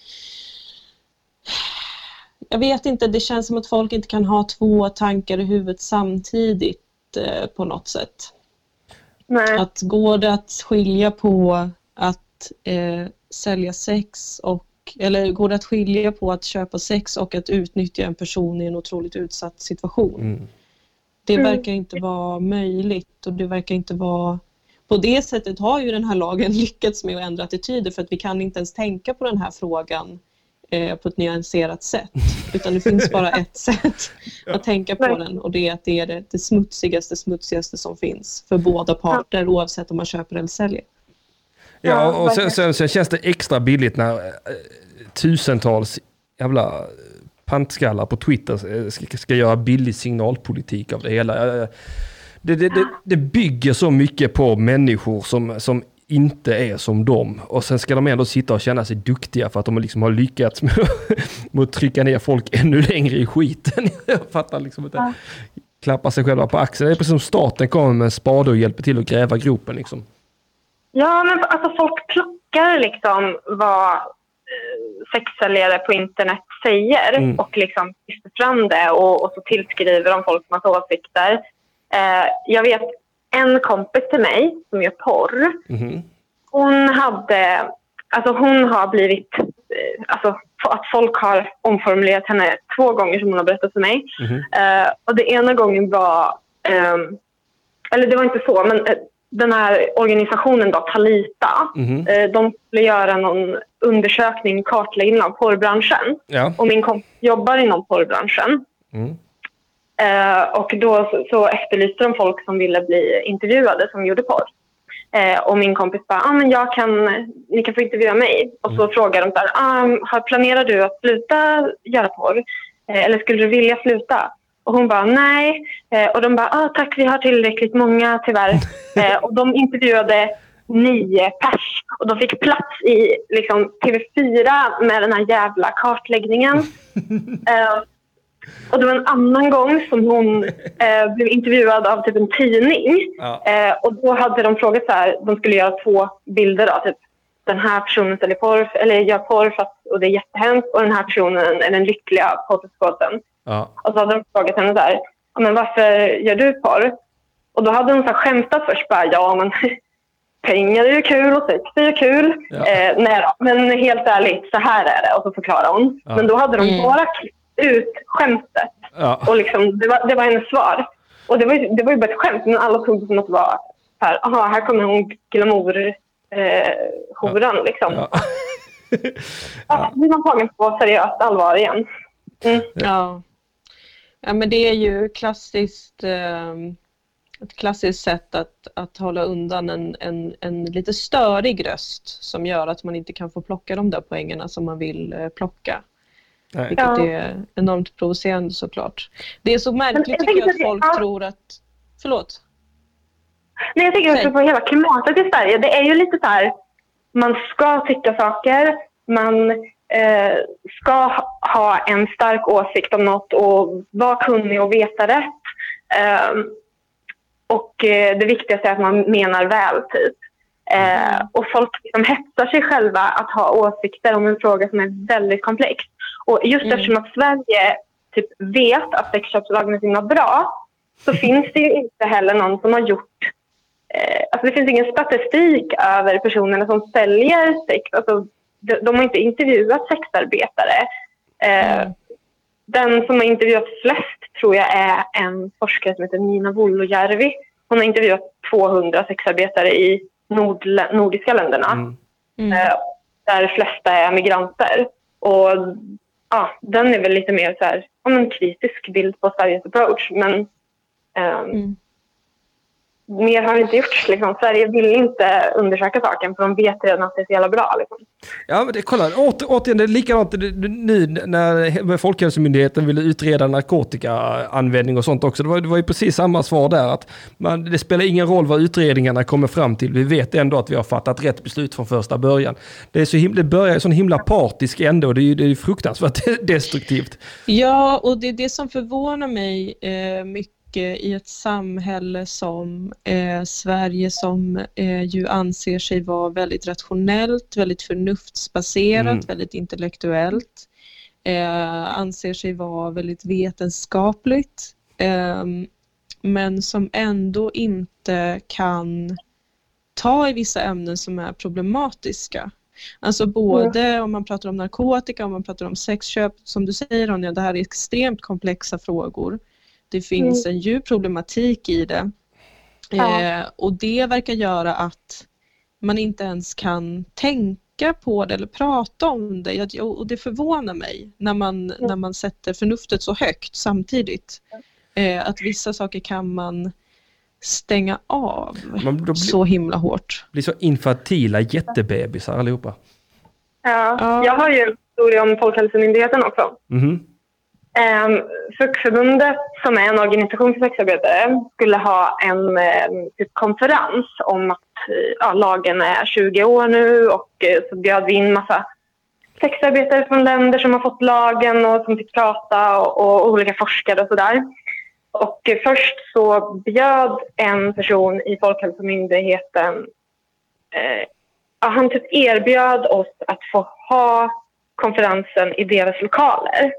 Jag vet inte, det känns som att folk inte kan ha två tankar i huvudet samtidigt på något sätt. Nej. Att går det att skilja på att sälja sex eller går det att skilja på att köpa sex och att utnyttja en person i en otroligt utsatt situation? Det verkar inte vara möjligt, och det verkar inte vara... På det sättet har ju den här lagen lyckats med att ändra attityder, för att vi kan inte ens tänka på den här frågan på ett nyanserat sätt. Utan det finns bara ett sätt att tänka på den, och det är att det är det smutsigaste som finns för båda parter, oavsett om man köper eller säljer. Ja, och sen känns det extra billigt när tusentals jävla pantskallar på Twitter ska göra billig signalpolitik av det hela. Det bygger så mycket på människor som inte är som dem. Och sen ska de ändå sitta och känna sig duktiga för att de liksom har lyckats med att trycka ner folk ännu längre i skiten. Jag fattar liksom inte. Klappa sig själva på axeln. Det är precis som staten kommer med en spade och hjälper till att gräva gropen liksom. Ja, men alltså folk plockar liksom vad sexsäljare på internet säger och liksom lyfter fram det och så tillskriver de folk massa åsikter. Jag vet en kompis till mig som gör porr. Hon har blivit, att folk har omformulerat henne 2 gånger som hon har berättat för mig. Och det ena gången var, eller det var inte så, men den här organisationen då, Talita, de skulle göra någon undersökning, kartläggning av porrbranschen. Ja. Och min kompis jobbar inom porrbranschen. Och då så efterlyste de folk som ville bli intervjuade som gjorde porr. Och min kompis bara, ni kan få intervjua mig. Och så frågade de så här, planerar du att sluta göra porr? Eller skulle du vilja sluta? Och hon bara, nej. Och de bara, tack, vi har tillräckligt många tyvärr. Och de intervjuade 9 pers. Och de fick plats i liksom, TV4 med den här jävla kartläggningen. Och det var en annan gång som hon blev intervjuad av typ en tidning. Och då hade de frågat så här, de skulle göra 2 bilder då, typ den här personen säljer porr, eller gör porr och det är jättehemskt, och den här personen är den lyckliga porrskådespelaren. Och så hade de frågat henne så här, men varför gör du porr? Och då hade hon så här skämtat först, bara, men pengar är ju kul och sex är ju kul. Nej, men helt ärligt, så här är det. Och så förklarar hon. Men då hade de bara ut skämtet. Och liksom, det var hennes svar. Och det var ju bara ett skämt, men alla tog det som att det var här kommer hon glamour horan liksom. Nu är man tagen på seriöst allvar igen. Ja, men det är ju klassiskt, ett klassiskt sätt att hålla undan en lite störig röst som gör att man inte kan få plocka de där poängerna som man vill plocka. Nej. Vilket är enormt provocerande såklart. Det är så märkligt tycker jag att folk tror att... Förlåt. Nej, jag tycker också på hela klimatet i Sverige. Det är ju lite så här, man ska tycka saker, man ska ha en stark åsikt om något och vara kunnig och veta rätt. Och det viktigaste är att man menar väl typ. Och folk liksom hetsar sig själva att ha åsikter om en fråga som är väldigt komplex. Och just eftersom att Sverige typ vet att sexköpslagen är så himla bra, så finns det ju inte heller någon som har gjort... alltså det finns ingen statistik över personerna som säljer sex. Alltså, de har inte intervjuat sexarbetare. Den som har intervjuat flest tror jag är en forskare som heter Nina Vuolojärvi. Hon har intervjuat 200 sexarbetare i nordiska länderna. där de flesta är migranter. Och den är väl lite mer så här, en kritisk bild på Sveriges approach. Men mer har inte gjorts. Liksom. Sverige vill inte undersöka saken för de vet redan att det är så jävla bra. Liksom. Ja, men kolla, återigen, det är likadant nu när Folkhälsomyndigheten ville utreda narkotikaanvändning och sånt också. Det var ju precis samma svar där. Att det spelar ingen roll vad utredningarna kommer fram till. Vi vet ändå att vi har fattat rätt beslut från första början. Det börjar i sån himla partisk ände och det är ju fruktansvärt destruktivt. Ja, och det är det som förvånar mig mycket i ett samhälle som Sverige som ju anser sig vara väldigt rationellt, väldigt förnuftsbaserat, väldigt intellektuellt, anser sig vara väldigt vetenskapligt, men som ändå inte kan ta i vissa ämnen som är problematiska. Alltså både om man pratar om narkotika, om man pratar om sexköp, som du säger Ronja, det här är extremt komplexa frågor. Det finns en djup problematik i det. Och det verkar göra att man inte ens kan tänka på det eller prata om det. Och det förvånar mig när man sätter förnuftet så högt samtidigt. Att vissa saker kan man stänga av så himla hårt. Blir så infantila jättebebisar allihopa. Ja, jag har ju en historia om Folkhälsomyndigheten också. Fackförbundet, som är en organisation för sexarbetare, skulle ha en konferens om att lagen är 20 år nu, och så bjöd vi in massa sexarbetare från länder som har fått lagen och som fick prata och olika forskare och sådär. Och först så bjöd en person i Folkhälsomyndigheten, han typ erbjöd oss att få ha konferensen i deras lokaler.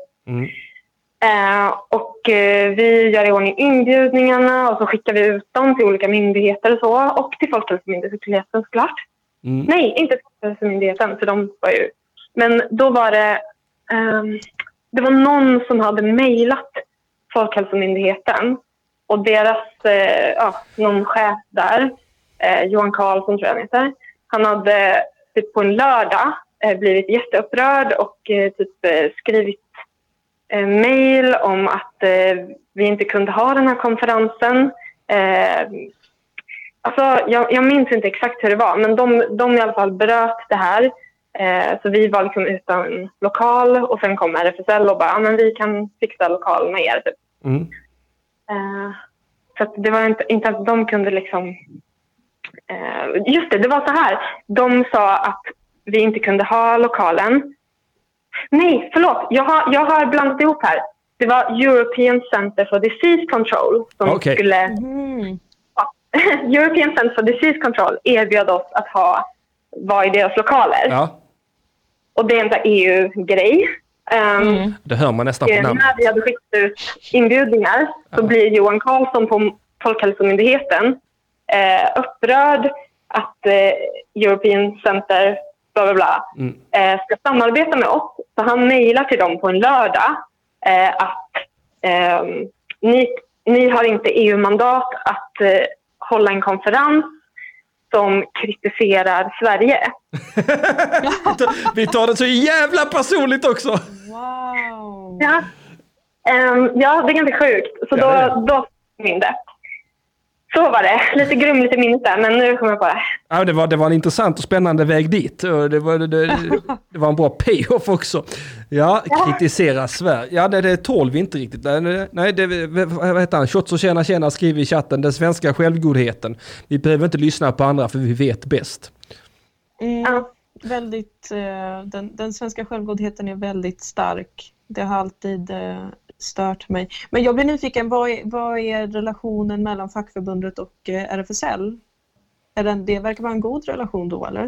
Och vi gör i ordning inbjudningarna och så skickar vi ut dem till olika myndigheter och så, och till Folkhälsomyndigheten såklart. Nej, inte till Folkhälsomyndigheten, för de var ju... Men då var det var någon som hade mejlat Folkhälsomyndigheten och deras någon chef där, Johan Karlsson tror jag han heter, han hade typ på en lördag blivit jätteupprörd och typ skrivit mejl om att vi inte kunde ha den här konferensen. Alltså, jag minns inte exakt hur det var, men de i alla fall bröt det här. Så vi var liksom utan lokal, och sen kom RFSL och bara, men vi kan fixa lokal med er. Typ. Så att det var inte att de kunde liksom... just det var så här. De sa att vi inte kunde ha lokalen. Nej, förlåt. Jag har blandat ihop här. Det var European Center for Disease Control som skulle... European Center for Disease Control erbjöd oss att vara i deras lokaler. Ja. Och det är en sån här EU-grej. Det hör man nästan på namn. När vi hade skickat ut inbjudningar så blir Johan Karlsson på Folkhälsomyndigheten upprörd att European Center bla bla bla ska samarbeta med oss. Så han mejlar till dem på en lördag att ni har inte EU-mandat att hålla en konferens som kritiserar Sverige. Vi tar det så jävla personligt också. Wow. Ja, det är ganska sjukt. Så då minns det. Så var det. Lite grumligt i minnet där, men nu kommer jag på det. Ja, det var en intressant och spännande väg dit. Det var en bra payoff också. Ja, kritisera Sverige. Ja, det tål vi inte riktigt. Nej, vad heter han? Shots och tjena skriver i chatten. Den svenska självgodheten. Vi behöver inte lyssna på andra för vi vet bäst. Väldigt, den svenska självgodheten är väldigt stark. Det har alltid... stört mig. Men jag blir nyfiken, vad är relationen mellan fackförbundet och RFSL? Det verkar vara en god relation då, eller?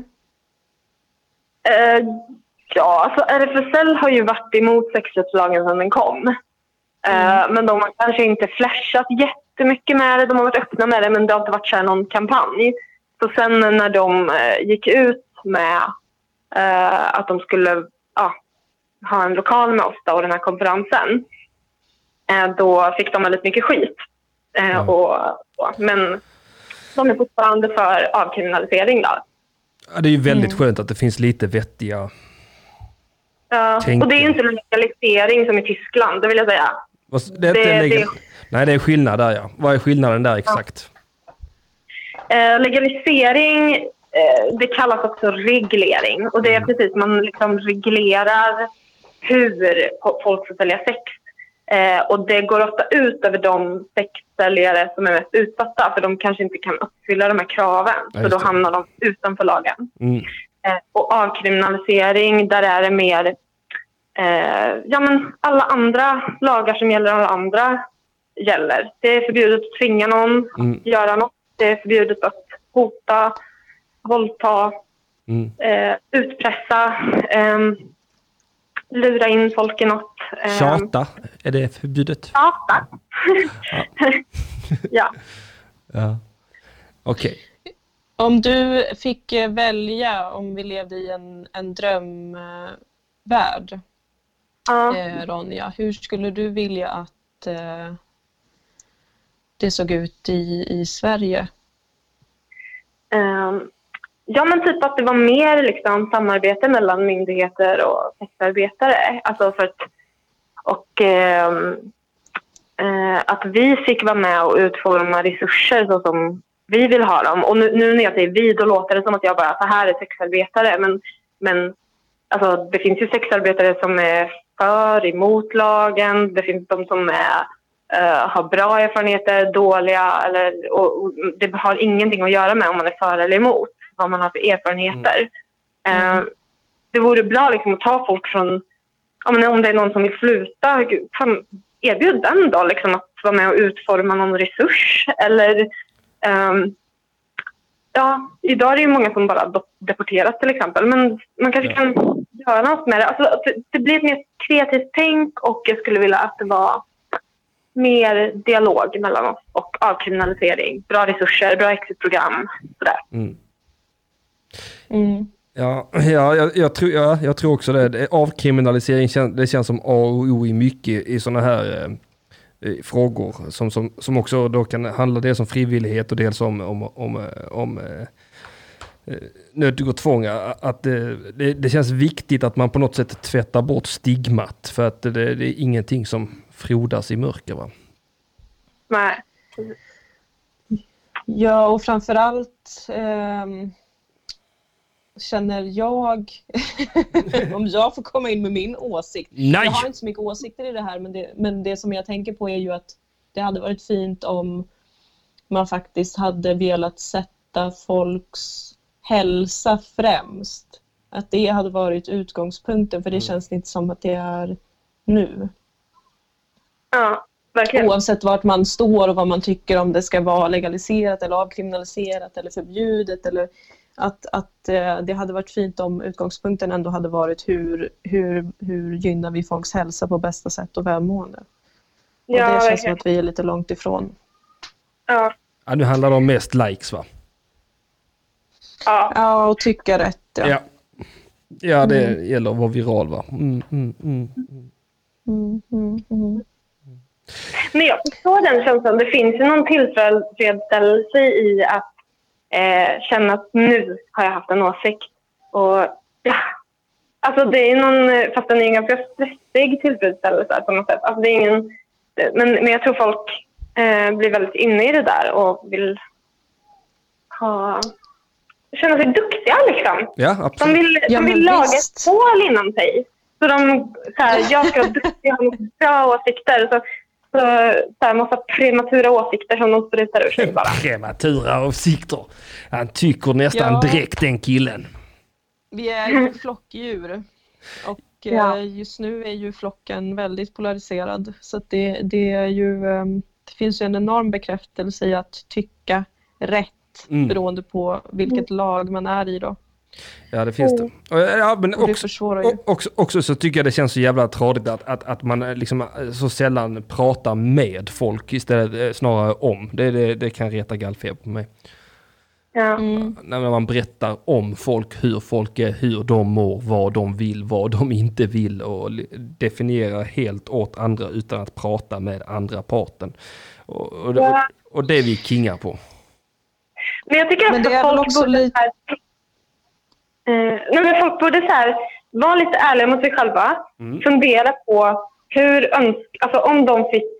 Ja, alltså RFSL har ju varit emot sexköpslagen sedan den kom. Men de har kanske inte flashat jättemycket med det. De har varit öppna med det, men det har inte varit så här någon kampanj. Så sen när de gick ut med att de skulle ha en lokal med oss och den här konferensen, då fick de väldigt mycket skit. Men de är fortfarande för avkriminalisering då. Ja, det är ju väldigt skönt att det finns lite vettiga... Ja, och det är ju inte legalisering som i Tyskland, det vill jag säga. Nej, det är skillnad där, ja. Vad är skillnaden där exakt? Legalisering, det kallas också reglering. Och det är precis, man liksom reglerar hur folk får sälja sex. Och det går ofta ut över de sexsäljare som är mest utsatta, för de kanske inte kan uppfylla de här kraven. Så då hamnar de utanför lagen. Och avkriminalisering, där är det mer alla andra lagar som gäller alla andra gäller. Det är förbjudet att tvinga någon att göra något. Det är förbjudet att hota, våldta, utpressa, lura in folk i något. Tjata, är det förbjudet? Tjata. Ja. Okej. Om du fick välja, om vi levde i en drömvärld, Ronja, hur skulle du vilja att det såg ut i Sverige? Ja, men typ att det var mer liksom samarbete mellan myndigheter och sexarbetare. Alltså att vi fick vara med och utforma resurser så som vi vill ha dem. Och nu när jag säger vi, då låter det som att jag bara, så här är sexarbetare. Men alltså, det finns ju sexarbetare som är emot lagen. Det finns de som har bra erfarenheter, dåliga. Och det har ingenting att göra med om man är för eller emot. Vad man har för erfarenheter. Det vore bra liksom att ta folk från... om det är någon som vill sluta, erbjud den då liksom att vara med och utforma någon resurs. Eller... idag är det ju många som bara deporteras till exempel. Men man kanske kan göra något med det. Alltså, det blir ett mer kreativt tänk, och jag skulle vilja att det var mer dialog mellan oss och avkriminalisering. Bra resurser, bra exitprogram. Sådär. Jag tror också det. Avkriminalisering det känns som A och O i mycket i sådana här frågor som också då kan handla dels om frivillighet och dels om nöd och tvång. Att det känns viktigt att man på något sätt tvättar bort stigmat, för att det är ingenting som frodas i mörker, va? Nej. Ja, och framförallt känner jag, om jag får komma in med min åsikt. Nej. Jag har inte så mycket åsikter i det här, men det som jag tänker på är ju att det hade varit fint om man faktiskt hade velat sätta folks hälsa främst. Att det hade varit utgångspunkten, för det känns inte som att det är nu. Ja, verkligen. Oavsett vart man står och vad man tycker, om det ska vara legaliserat eller avkriminaliserat eller förbjudet, eller att det hade varit fint om utgångspunkten ändå hade varit hur gynnar vi folks hälsa på bästa sätt och välmående. Och det känns verkligen som att vi är lite långt ifrån. Ja, nu handlar det om mest likes, va? Ja, och tycka rätt. Ja, det gäller att vara viral, va? Men jag förstår den känslan. Det finns ju någon tillfredsställelse i att känna att nu har jag haft en åsikt. Och alltså det är någon, fast den är en ganska stressig tillfredsställelse på något sätt. Alltså det är ingen, men jag tror folk blir väldigt inne i det där och vill känna sig duktiga liksom. Ja, absolut. De vill laga ett hål inom sig. Så jag ska vara duktig och ha bra åsikter. Så massa prematura åsikter som de sprutar ur sig bara. Prematura åsikter. Han tycker nästan direkt, den killen. Vi är ju flockdjur. Och just nu är ju flocken väldigt polariserad. Så att det är ju... Det finns ju en enorm bekräftelse i att tycka rätt beroende på vilket lag man är i då. Ja, det finns det. Men också så tycker jag det känns så jävla tradigt att man liksom så sällan pratar med folk istället, snarare om. Det kan reta gallfeber på mig. Ja. När man berättar om folk, hur folk är, hur de mår, vad de vill, vad de inte vill, och definierar helt åt andra utan att prata med andra parten. Och det är vi kingar på. Men jag tycker att folk borde Men folk borde så här, vara lite ärliga mot sig själva. Fundera på alltså om de fick...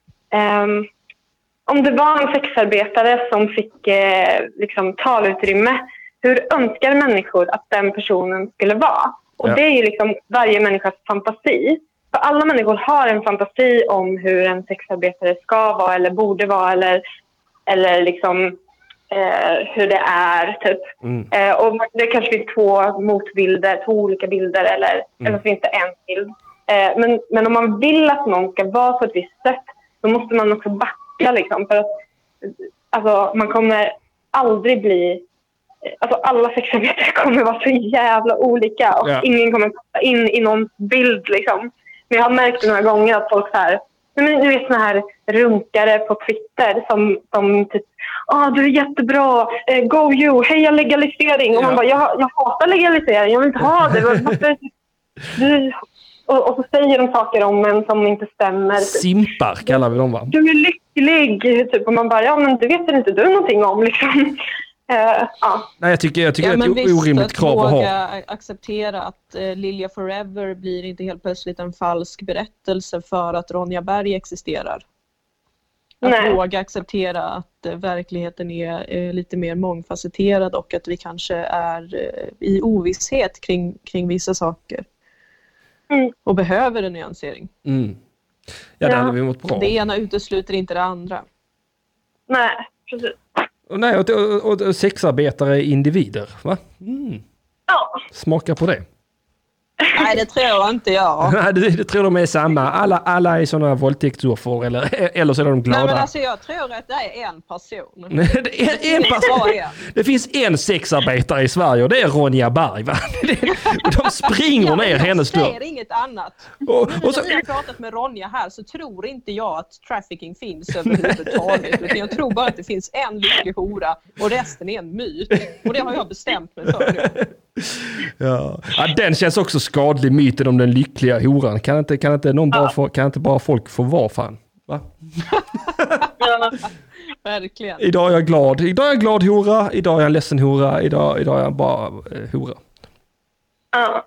om det var en sexarbetare som fick liksom talutrymme, hur önskar människor att den personen skulle vara? Och det är ju liksom varje människas fantasi. För alla människor har en fantasi om hur en sexarbetare ska vara eller borde vara eller liksom hur det är typ. Och det kanske finns två motbilder, två olika bilder eller så finns det en bild. Men om man vill att någon ska vara på ett visst sätt, då måste man också backa liksom, för att alltså, man kommer aldrig bli... Alltså alla sexarbetare kommer vara så jävla olika och ingen kommer passa in i någon bild liksom. Men jag har märkt några gånger att folk så här, nu är såna här runkare på Twitter som typ, du är jättebra, go you, heja legalisering. Och man bara, jag hatar legalisering, jag vill inte ha det. Och så säger de saker om en som inte stämmer. Simpar kallar vi dem, va? Du är lycklig, typ. Och man bara, men det vet inte du någonting om liksom. Nej, jag tycker det är ett orimligt krav att ha. Våga acceptera att Lilja Forever blir inte helt plötsligt en falsk berättelse för att Ronja Berg existerar. Att våga acceptera att verkligheten är lite mer mångfacetterad och att vi kanske är i ovisshet kring vissa saker. Och behöver en nyansering. Ja, det hade vi mått bra. Det ena utesluter inte det andra. Nej, precis. Och sexarbetare är individer, va? Ja. Smaka på det. Nej, det tror inte jag. Nej, det tror de är samma. Alla är sådana våldtäktsoffer eller så är de glada. Nej, men alltså jag tror att det är en person. en person. Det finns en sexarbetare i Sverige och det är Ronja Berg, va? De springer ner hennes dörr. Jag säger inget annat. Och så... När vi har pratat med Ronja här så tror inte jag att trafficking finns överhuvudtaget. Utan jag tror bara att det finns en lycklig hora och resten är en myt. Och det har jag bestämt mig för nu. Ja, den känns också skadlig, myten om den lyckliga horan. Kan inte bara folk få vara fan? Va? Verkligen. Idag är jag glad. Idag är jag glad hora. Idag är jag en ledsen hora. Idag är jag bara hora. Ja.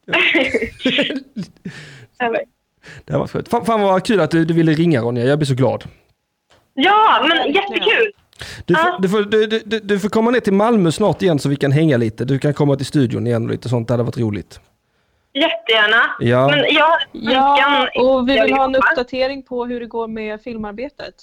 Det var skönt. Fan vad kul att du ville ringa, Ronja. Jag blir så glad. Ja, men jättekul. Du får komma ner till Malmö snart igen så vi kan hänga lite. Du kan komma till studion igen och lite sånt. Det hade varit roligt. Jättegärna. Ja. Men och vi vill ha en uppdatering på hur det går med filmarbetet.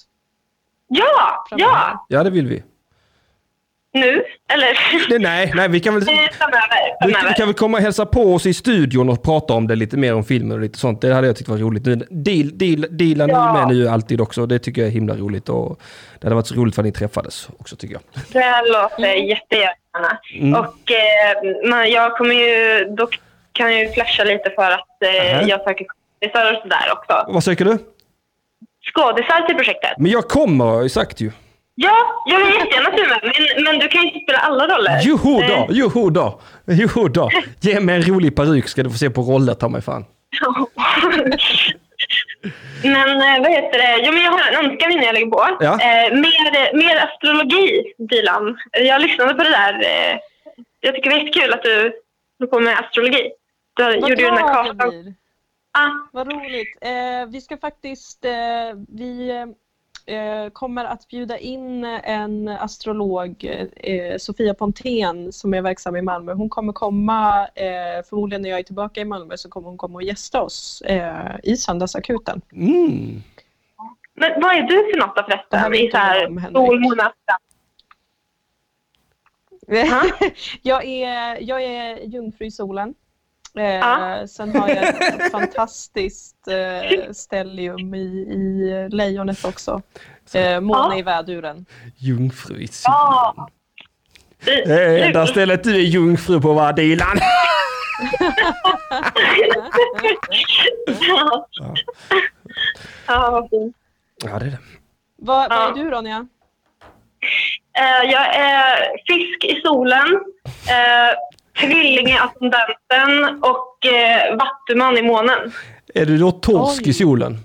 Ja. Ja, det vill vi. Nu? Eller? Nej, vi kan väl... Du kan väl komma och hälsa på oss i studion och prata om det lite mer om filmer och lite sånt. Det hade jag tyckt var roligt. Dealen är med nu alltid också. Det tycker jag är himla roligt. Och det hade varit så roligt för att ni träffades också, tycker jag. Det låter jättegärna. Och jag kommer ju... Då kan jag ju flasha lite för att jag söker skådisar och sådär också. Vad söker du? Skådisar till projektet. Men jag kommer, har jag sagt ju. Ja, jag vill jättegärna med, men du kan ju inte spela alla roller. Jo då. Ge mig en rolig peruk ska du få se på roller, ta mig fan. Men vad heter det? Jo, men jag har en önskan innan jag lägger på. Ja. Mer astrologi, Dilan. Jag lyssnade på det där. Jag tycker det är jättekul att du på med astrologi. Du gjorde ju den här kartan. Vad roligt. Vi ska faktiskt... kommer att bjuda in en astrolog, Sofia Pontén, som är verksam i Malmö. Hon kommer komma, förmodligen när jag är tillbaka i Malmö så kommer hon komma och gästa oss i Söndagsakuten. Men vad är du för något då förresten? I så här solmåne? Jag är jungfru i solen. Sen har jag ett fantastiskt stellium i lejonet också. Måne i väduren. Jungfru i solen. Det enda stället du är jungfru på var Dilan. Ja, det är det. Vad är du, Ronja? Jag är fisk i solen. Tvilling i ascendenten och vattuman i månen. Är du då torsk i solen?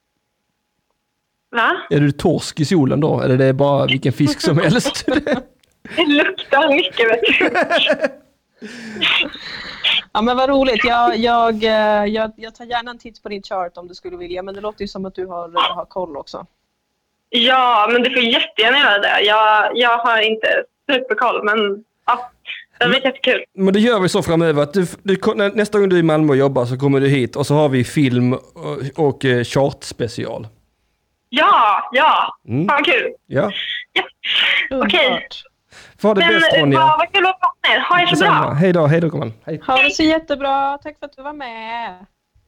Va? Är du torsk i solen då? Eller är det bara vilken fisk som helst? Det luktar mycket, vet du. Ja, men vad roligt. Jag tar gärna en titt på din chart om du skulle vilja. Men det låter ju som att du har koll också. Ja, men du får jättegärna göra det. Jag har inte superkoll, men ja, det blir jättekul. Men det gör vi så framöver att nästa gång du är i Malmö och jobbar så kommer du hit och så har vi film och chartspecial. Ja. Fan kul. Ja. Okej. Var det bäst, Ronja? Vad kul att vara med. Ha det så bra. Hej då, gumman. Hej. Ha det så jättebra. Tack för att du var med.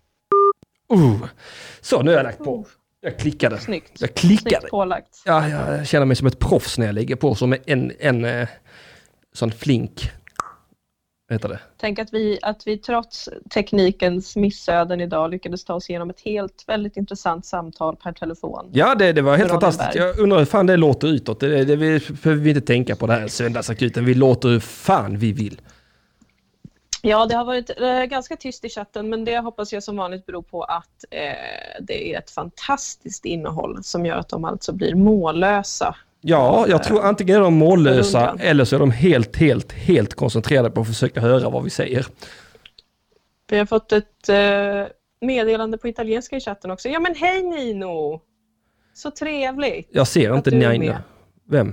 Så, nu har jag lagt på. Jag klickade. Snyggt. Jag klickade. Snyggt pålagt. Ja, jag känner mig som ett proffs när jag lägger på som en sån flink. Vad heter det? Tänk att vi trots teknikens missöden idag lyckades ta oss igenom ett väldigt intressant samtal per telefon. Ja, det var helt fantastiskt. Jag undrar hur fan det låter utåt. Det behöver vi inte tänka på det här söndagsakuten. Vi låter hur fan vi vill. Ja, det har varit ganska tyst i chatten, men det hoppas jag som vanligt beror på att det är ett fantastiskt innehåll som gör att de alltså blir mållösa. Ja, jag tror antingen är de mållösa eller så är de helt koncentrerade på att försöka höra vad vi säger. Vi har fått ett meddelande på italienska i chatten också. Ja, men hej Nino! Så trevligt. Jag ser inte Nino. Vem?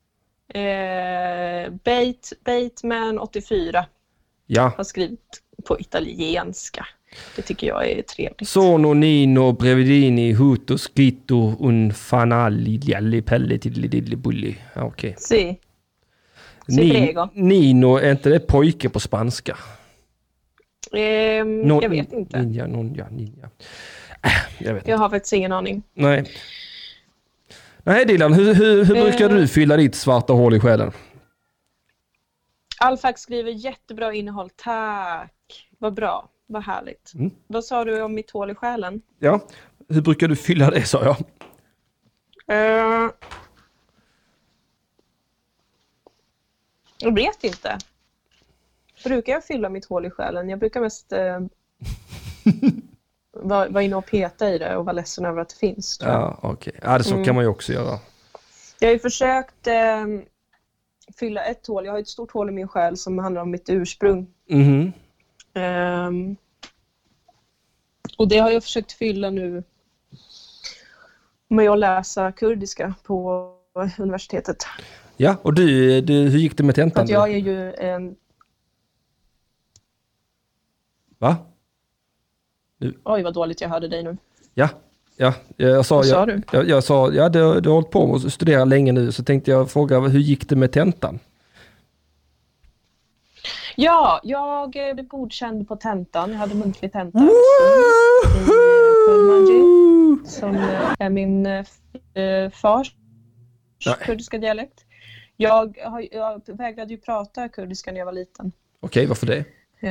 Bateman 84. Ja. Har skrivit på italienska. Det tycker jag är trevligt. Sono Nino Brevidini Huto Scritto un fanali gli pelle till bulli. Okej. Si prego. Nino, är inte det pojke på spanska? Jag vet inte. Ninja. Jag vet inte. Jag har faktiskt ingen aning. Nej, Dilan, hur brukar du fylla ditt svarta hål i själen? Alfax skriver jättebra innehåll. Tack. Vad bra. Vad härligt. Vad sa du om mitt hål i själen? Ja, hur brukar du fylla det, sa jag? Jag vet inte. Brukar jag fylla mitt hål i själen? Jag brukar mest vara inne och peta i det och vara ledsen över att det finns. Ja, okej. Ja, det så kan man ju också göra. Jag har ju försökt fylla ett hål. Jag har ett stort hål i min själ som handlar om mitt ursprung. Och det har jag försökt fylla nu med att läsa kurdiska på universitetet. Ja, och du hur gick det med tentan? Att jag är ju en... Va? Oj, vad dåligt jag hörde dig nu. Ja, jag sa... Vad sa du? Jag sa, ja, du har hållit på att studera länge nu, så tänkte jag fråga, hur gick det med tentan? Ja, jag blev godkänd på tentan. Jag hade muntlig tenta som är min fars kurdiska dialekt. Jag vägrade ju prata kurdiska när jag var liten. Okej, varför det?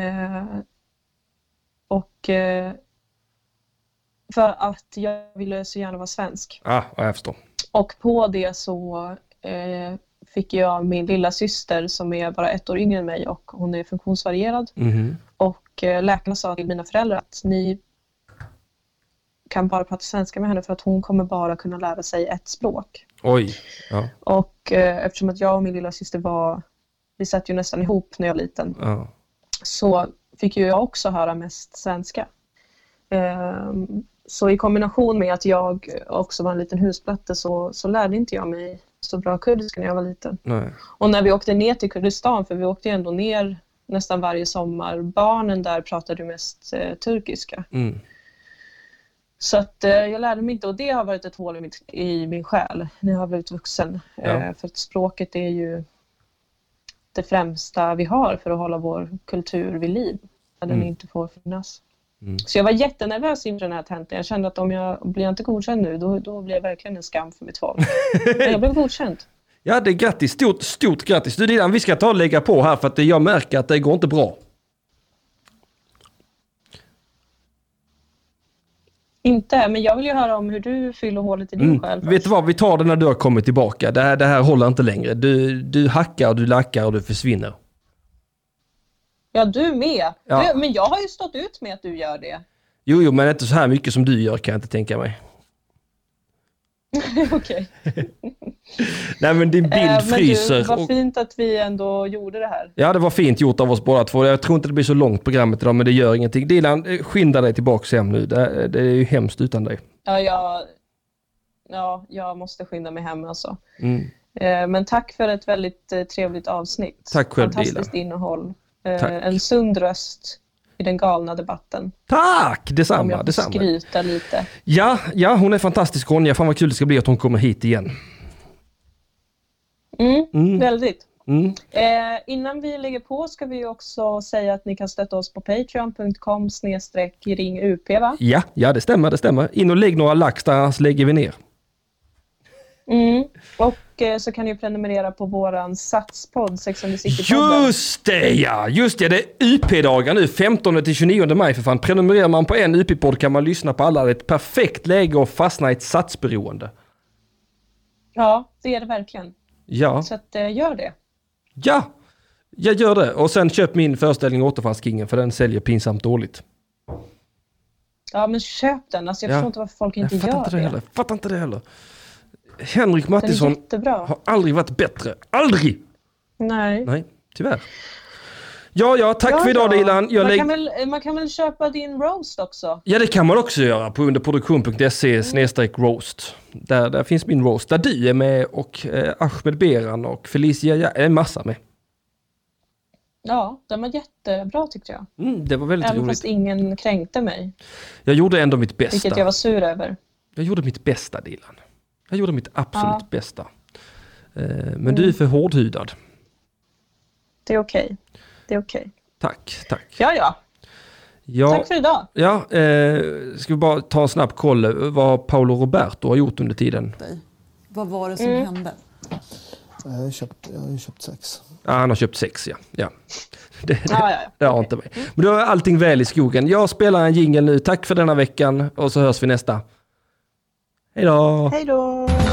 För att jag ville så gärna vara svensk. Jag förstår. Och på det så fick jag min lilla syster som är bara 1 år yngre än mig och hon är funktionsvarierad. Och läkarna sa till mina föräldrar att ni kan bara prata svenska med henne för att hon kommer bara kunna lära sig ett språk. Oj, ja. Och eftersom att jag och min lilla syster vi satt ju nästan ihop när jag var liten. Ja. Så fick ju jag också höra mest svenska. Så i kombination med att jag också var en liten husplatte så lärde inte jag mig så bra kurdiska när jag var liten. Nej. Och när vi åkte ner till Kurdistan, för vi åkte ändå ner nästan varje sommar, barnen där pratade mest turkiska. Så att jag lärde mig inte, och det har varit ett hål i min själ när jag har blivit vuxen. För att språket är ju det främsta vi har för att hålla vår kultur vid liv. När den inte får finnas. Så jag var jättenervös inför den här tentan. Jag kände att om jag blir inte godkänd nu, då blir jag verkligen en skam för mitt folk. Men jag blev godkänd. Ja, det är grattis. Stort grattis. Du Dilan, vi ska ta och lägga på här för att jag märker att det går inte bra. Inte, men jag vill ju höra om hur du fyller hålet i din själ. Vet du vad, vi tar det när du har kommit tillbaka. Det här håller inte längre. Du hackar, du lackar och du försvinner. Ja, du med. Ja. Men jag har ju stått ut med att du gör det. Jo, men inte så här mycket som du gör kan jag inte tänka mig. Okej. Nej, men din bild fryser. Men vad fint att vi ändå gjorde det här. Ja, det var fint gjort av oss båda två. Jag tror inte det blir så långt programmet idag, men det gör ingenting. Dilan, skynda dig tillbaka hem nu. Det är ju hemskt utan dig. Ja, jag måste skynda mig hem alltså. Men tack för ett väldigt trevligt avsnitt. Tack själv, fantastiskt Dilan. Innehåll. En sund röst i den galna debatten. Tack! Detsamma. Om jag får skryta lite. Ja, hon är fantastisk, Ronja. Fan vad kul det ska bli att hon kommer hit igen. Väldigt. Innan vi lägger på ska vi också säga att ni kan stötta oss på patreon.com/ringup, va? Ja, det stämmer. In och lägg några lax där, annars lägger vi ner. Och så kan ni prenumerera på våran satspodd Sex and the City-podden. Just det, det är UP-dagar nu 15-29 maj för fan. Prenumererar man på en UP-podd kan man lyssna på alla. Det är ett perfekt läge att fastna i ett satsberoende. Ja, det är det verkligen. Ja. Så att gör det. Ja, jag gör det. Och sen köp min föreställning Återfallskingen, för den säljer pinsamt dåligt. Ja, men köp den. Alltså, jag förstår inte varför folk inte gör det. Jag fattar inte det heller. Henrik Mattisson har aldrig varit bättre. Aldrig! Nej, tyvärr. Ja, tack för idag, Dilan. Man kan väl köpa din roast också? Ja, det kan man också göra på underproduktion.se/roast. Där finns min roast. Där du är med och Ahmed Beran och Felicia är en massa med. Ja, den var jättebra tyckte jag. Det var väldigt roligt. Även fast ingen kränkte mig. Jag gjorde ändå mitt bästa. Vilket jag var sur över. Jag gjorde mitt bästa, Dilan. Jag gjorde mitt absolut bästa. Men du är för hårdhudad. Det är okej. Tack. Ja. Tack för idag. Ja, ska vi bara ta en snabb koll vad Paolo Roberto har gjort under tiden. Vad var det som hände? Jag har köpt sex. Ja, han har köpt sex, ja. Det har inte mig. Men då är allting väl i skogen. Jag spelar en jingle nu. Tack för denna veckan och så hörs vi nästa. Hej då!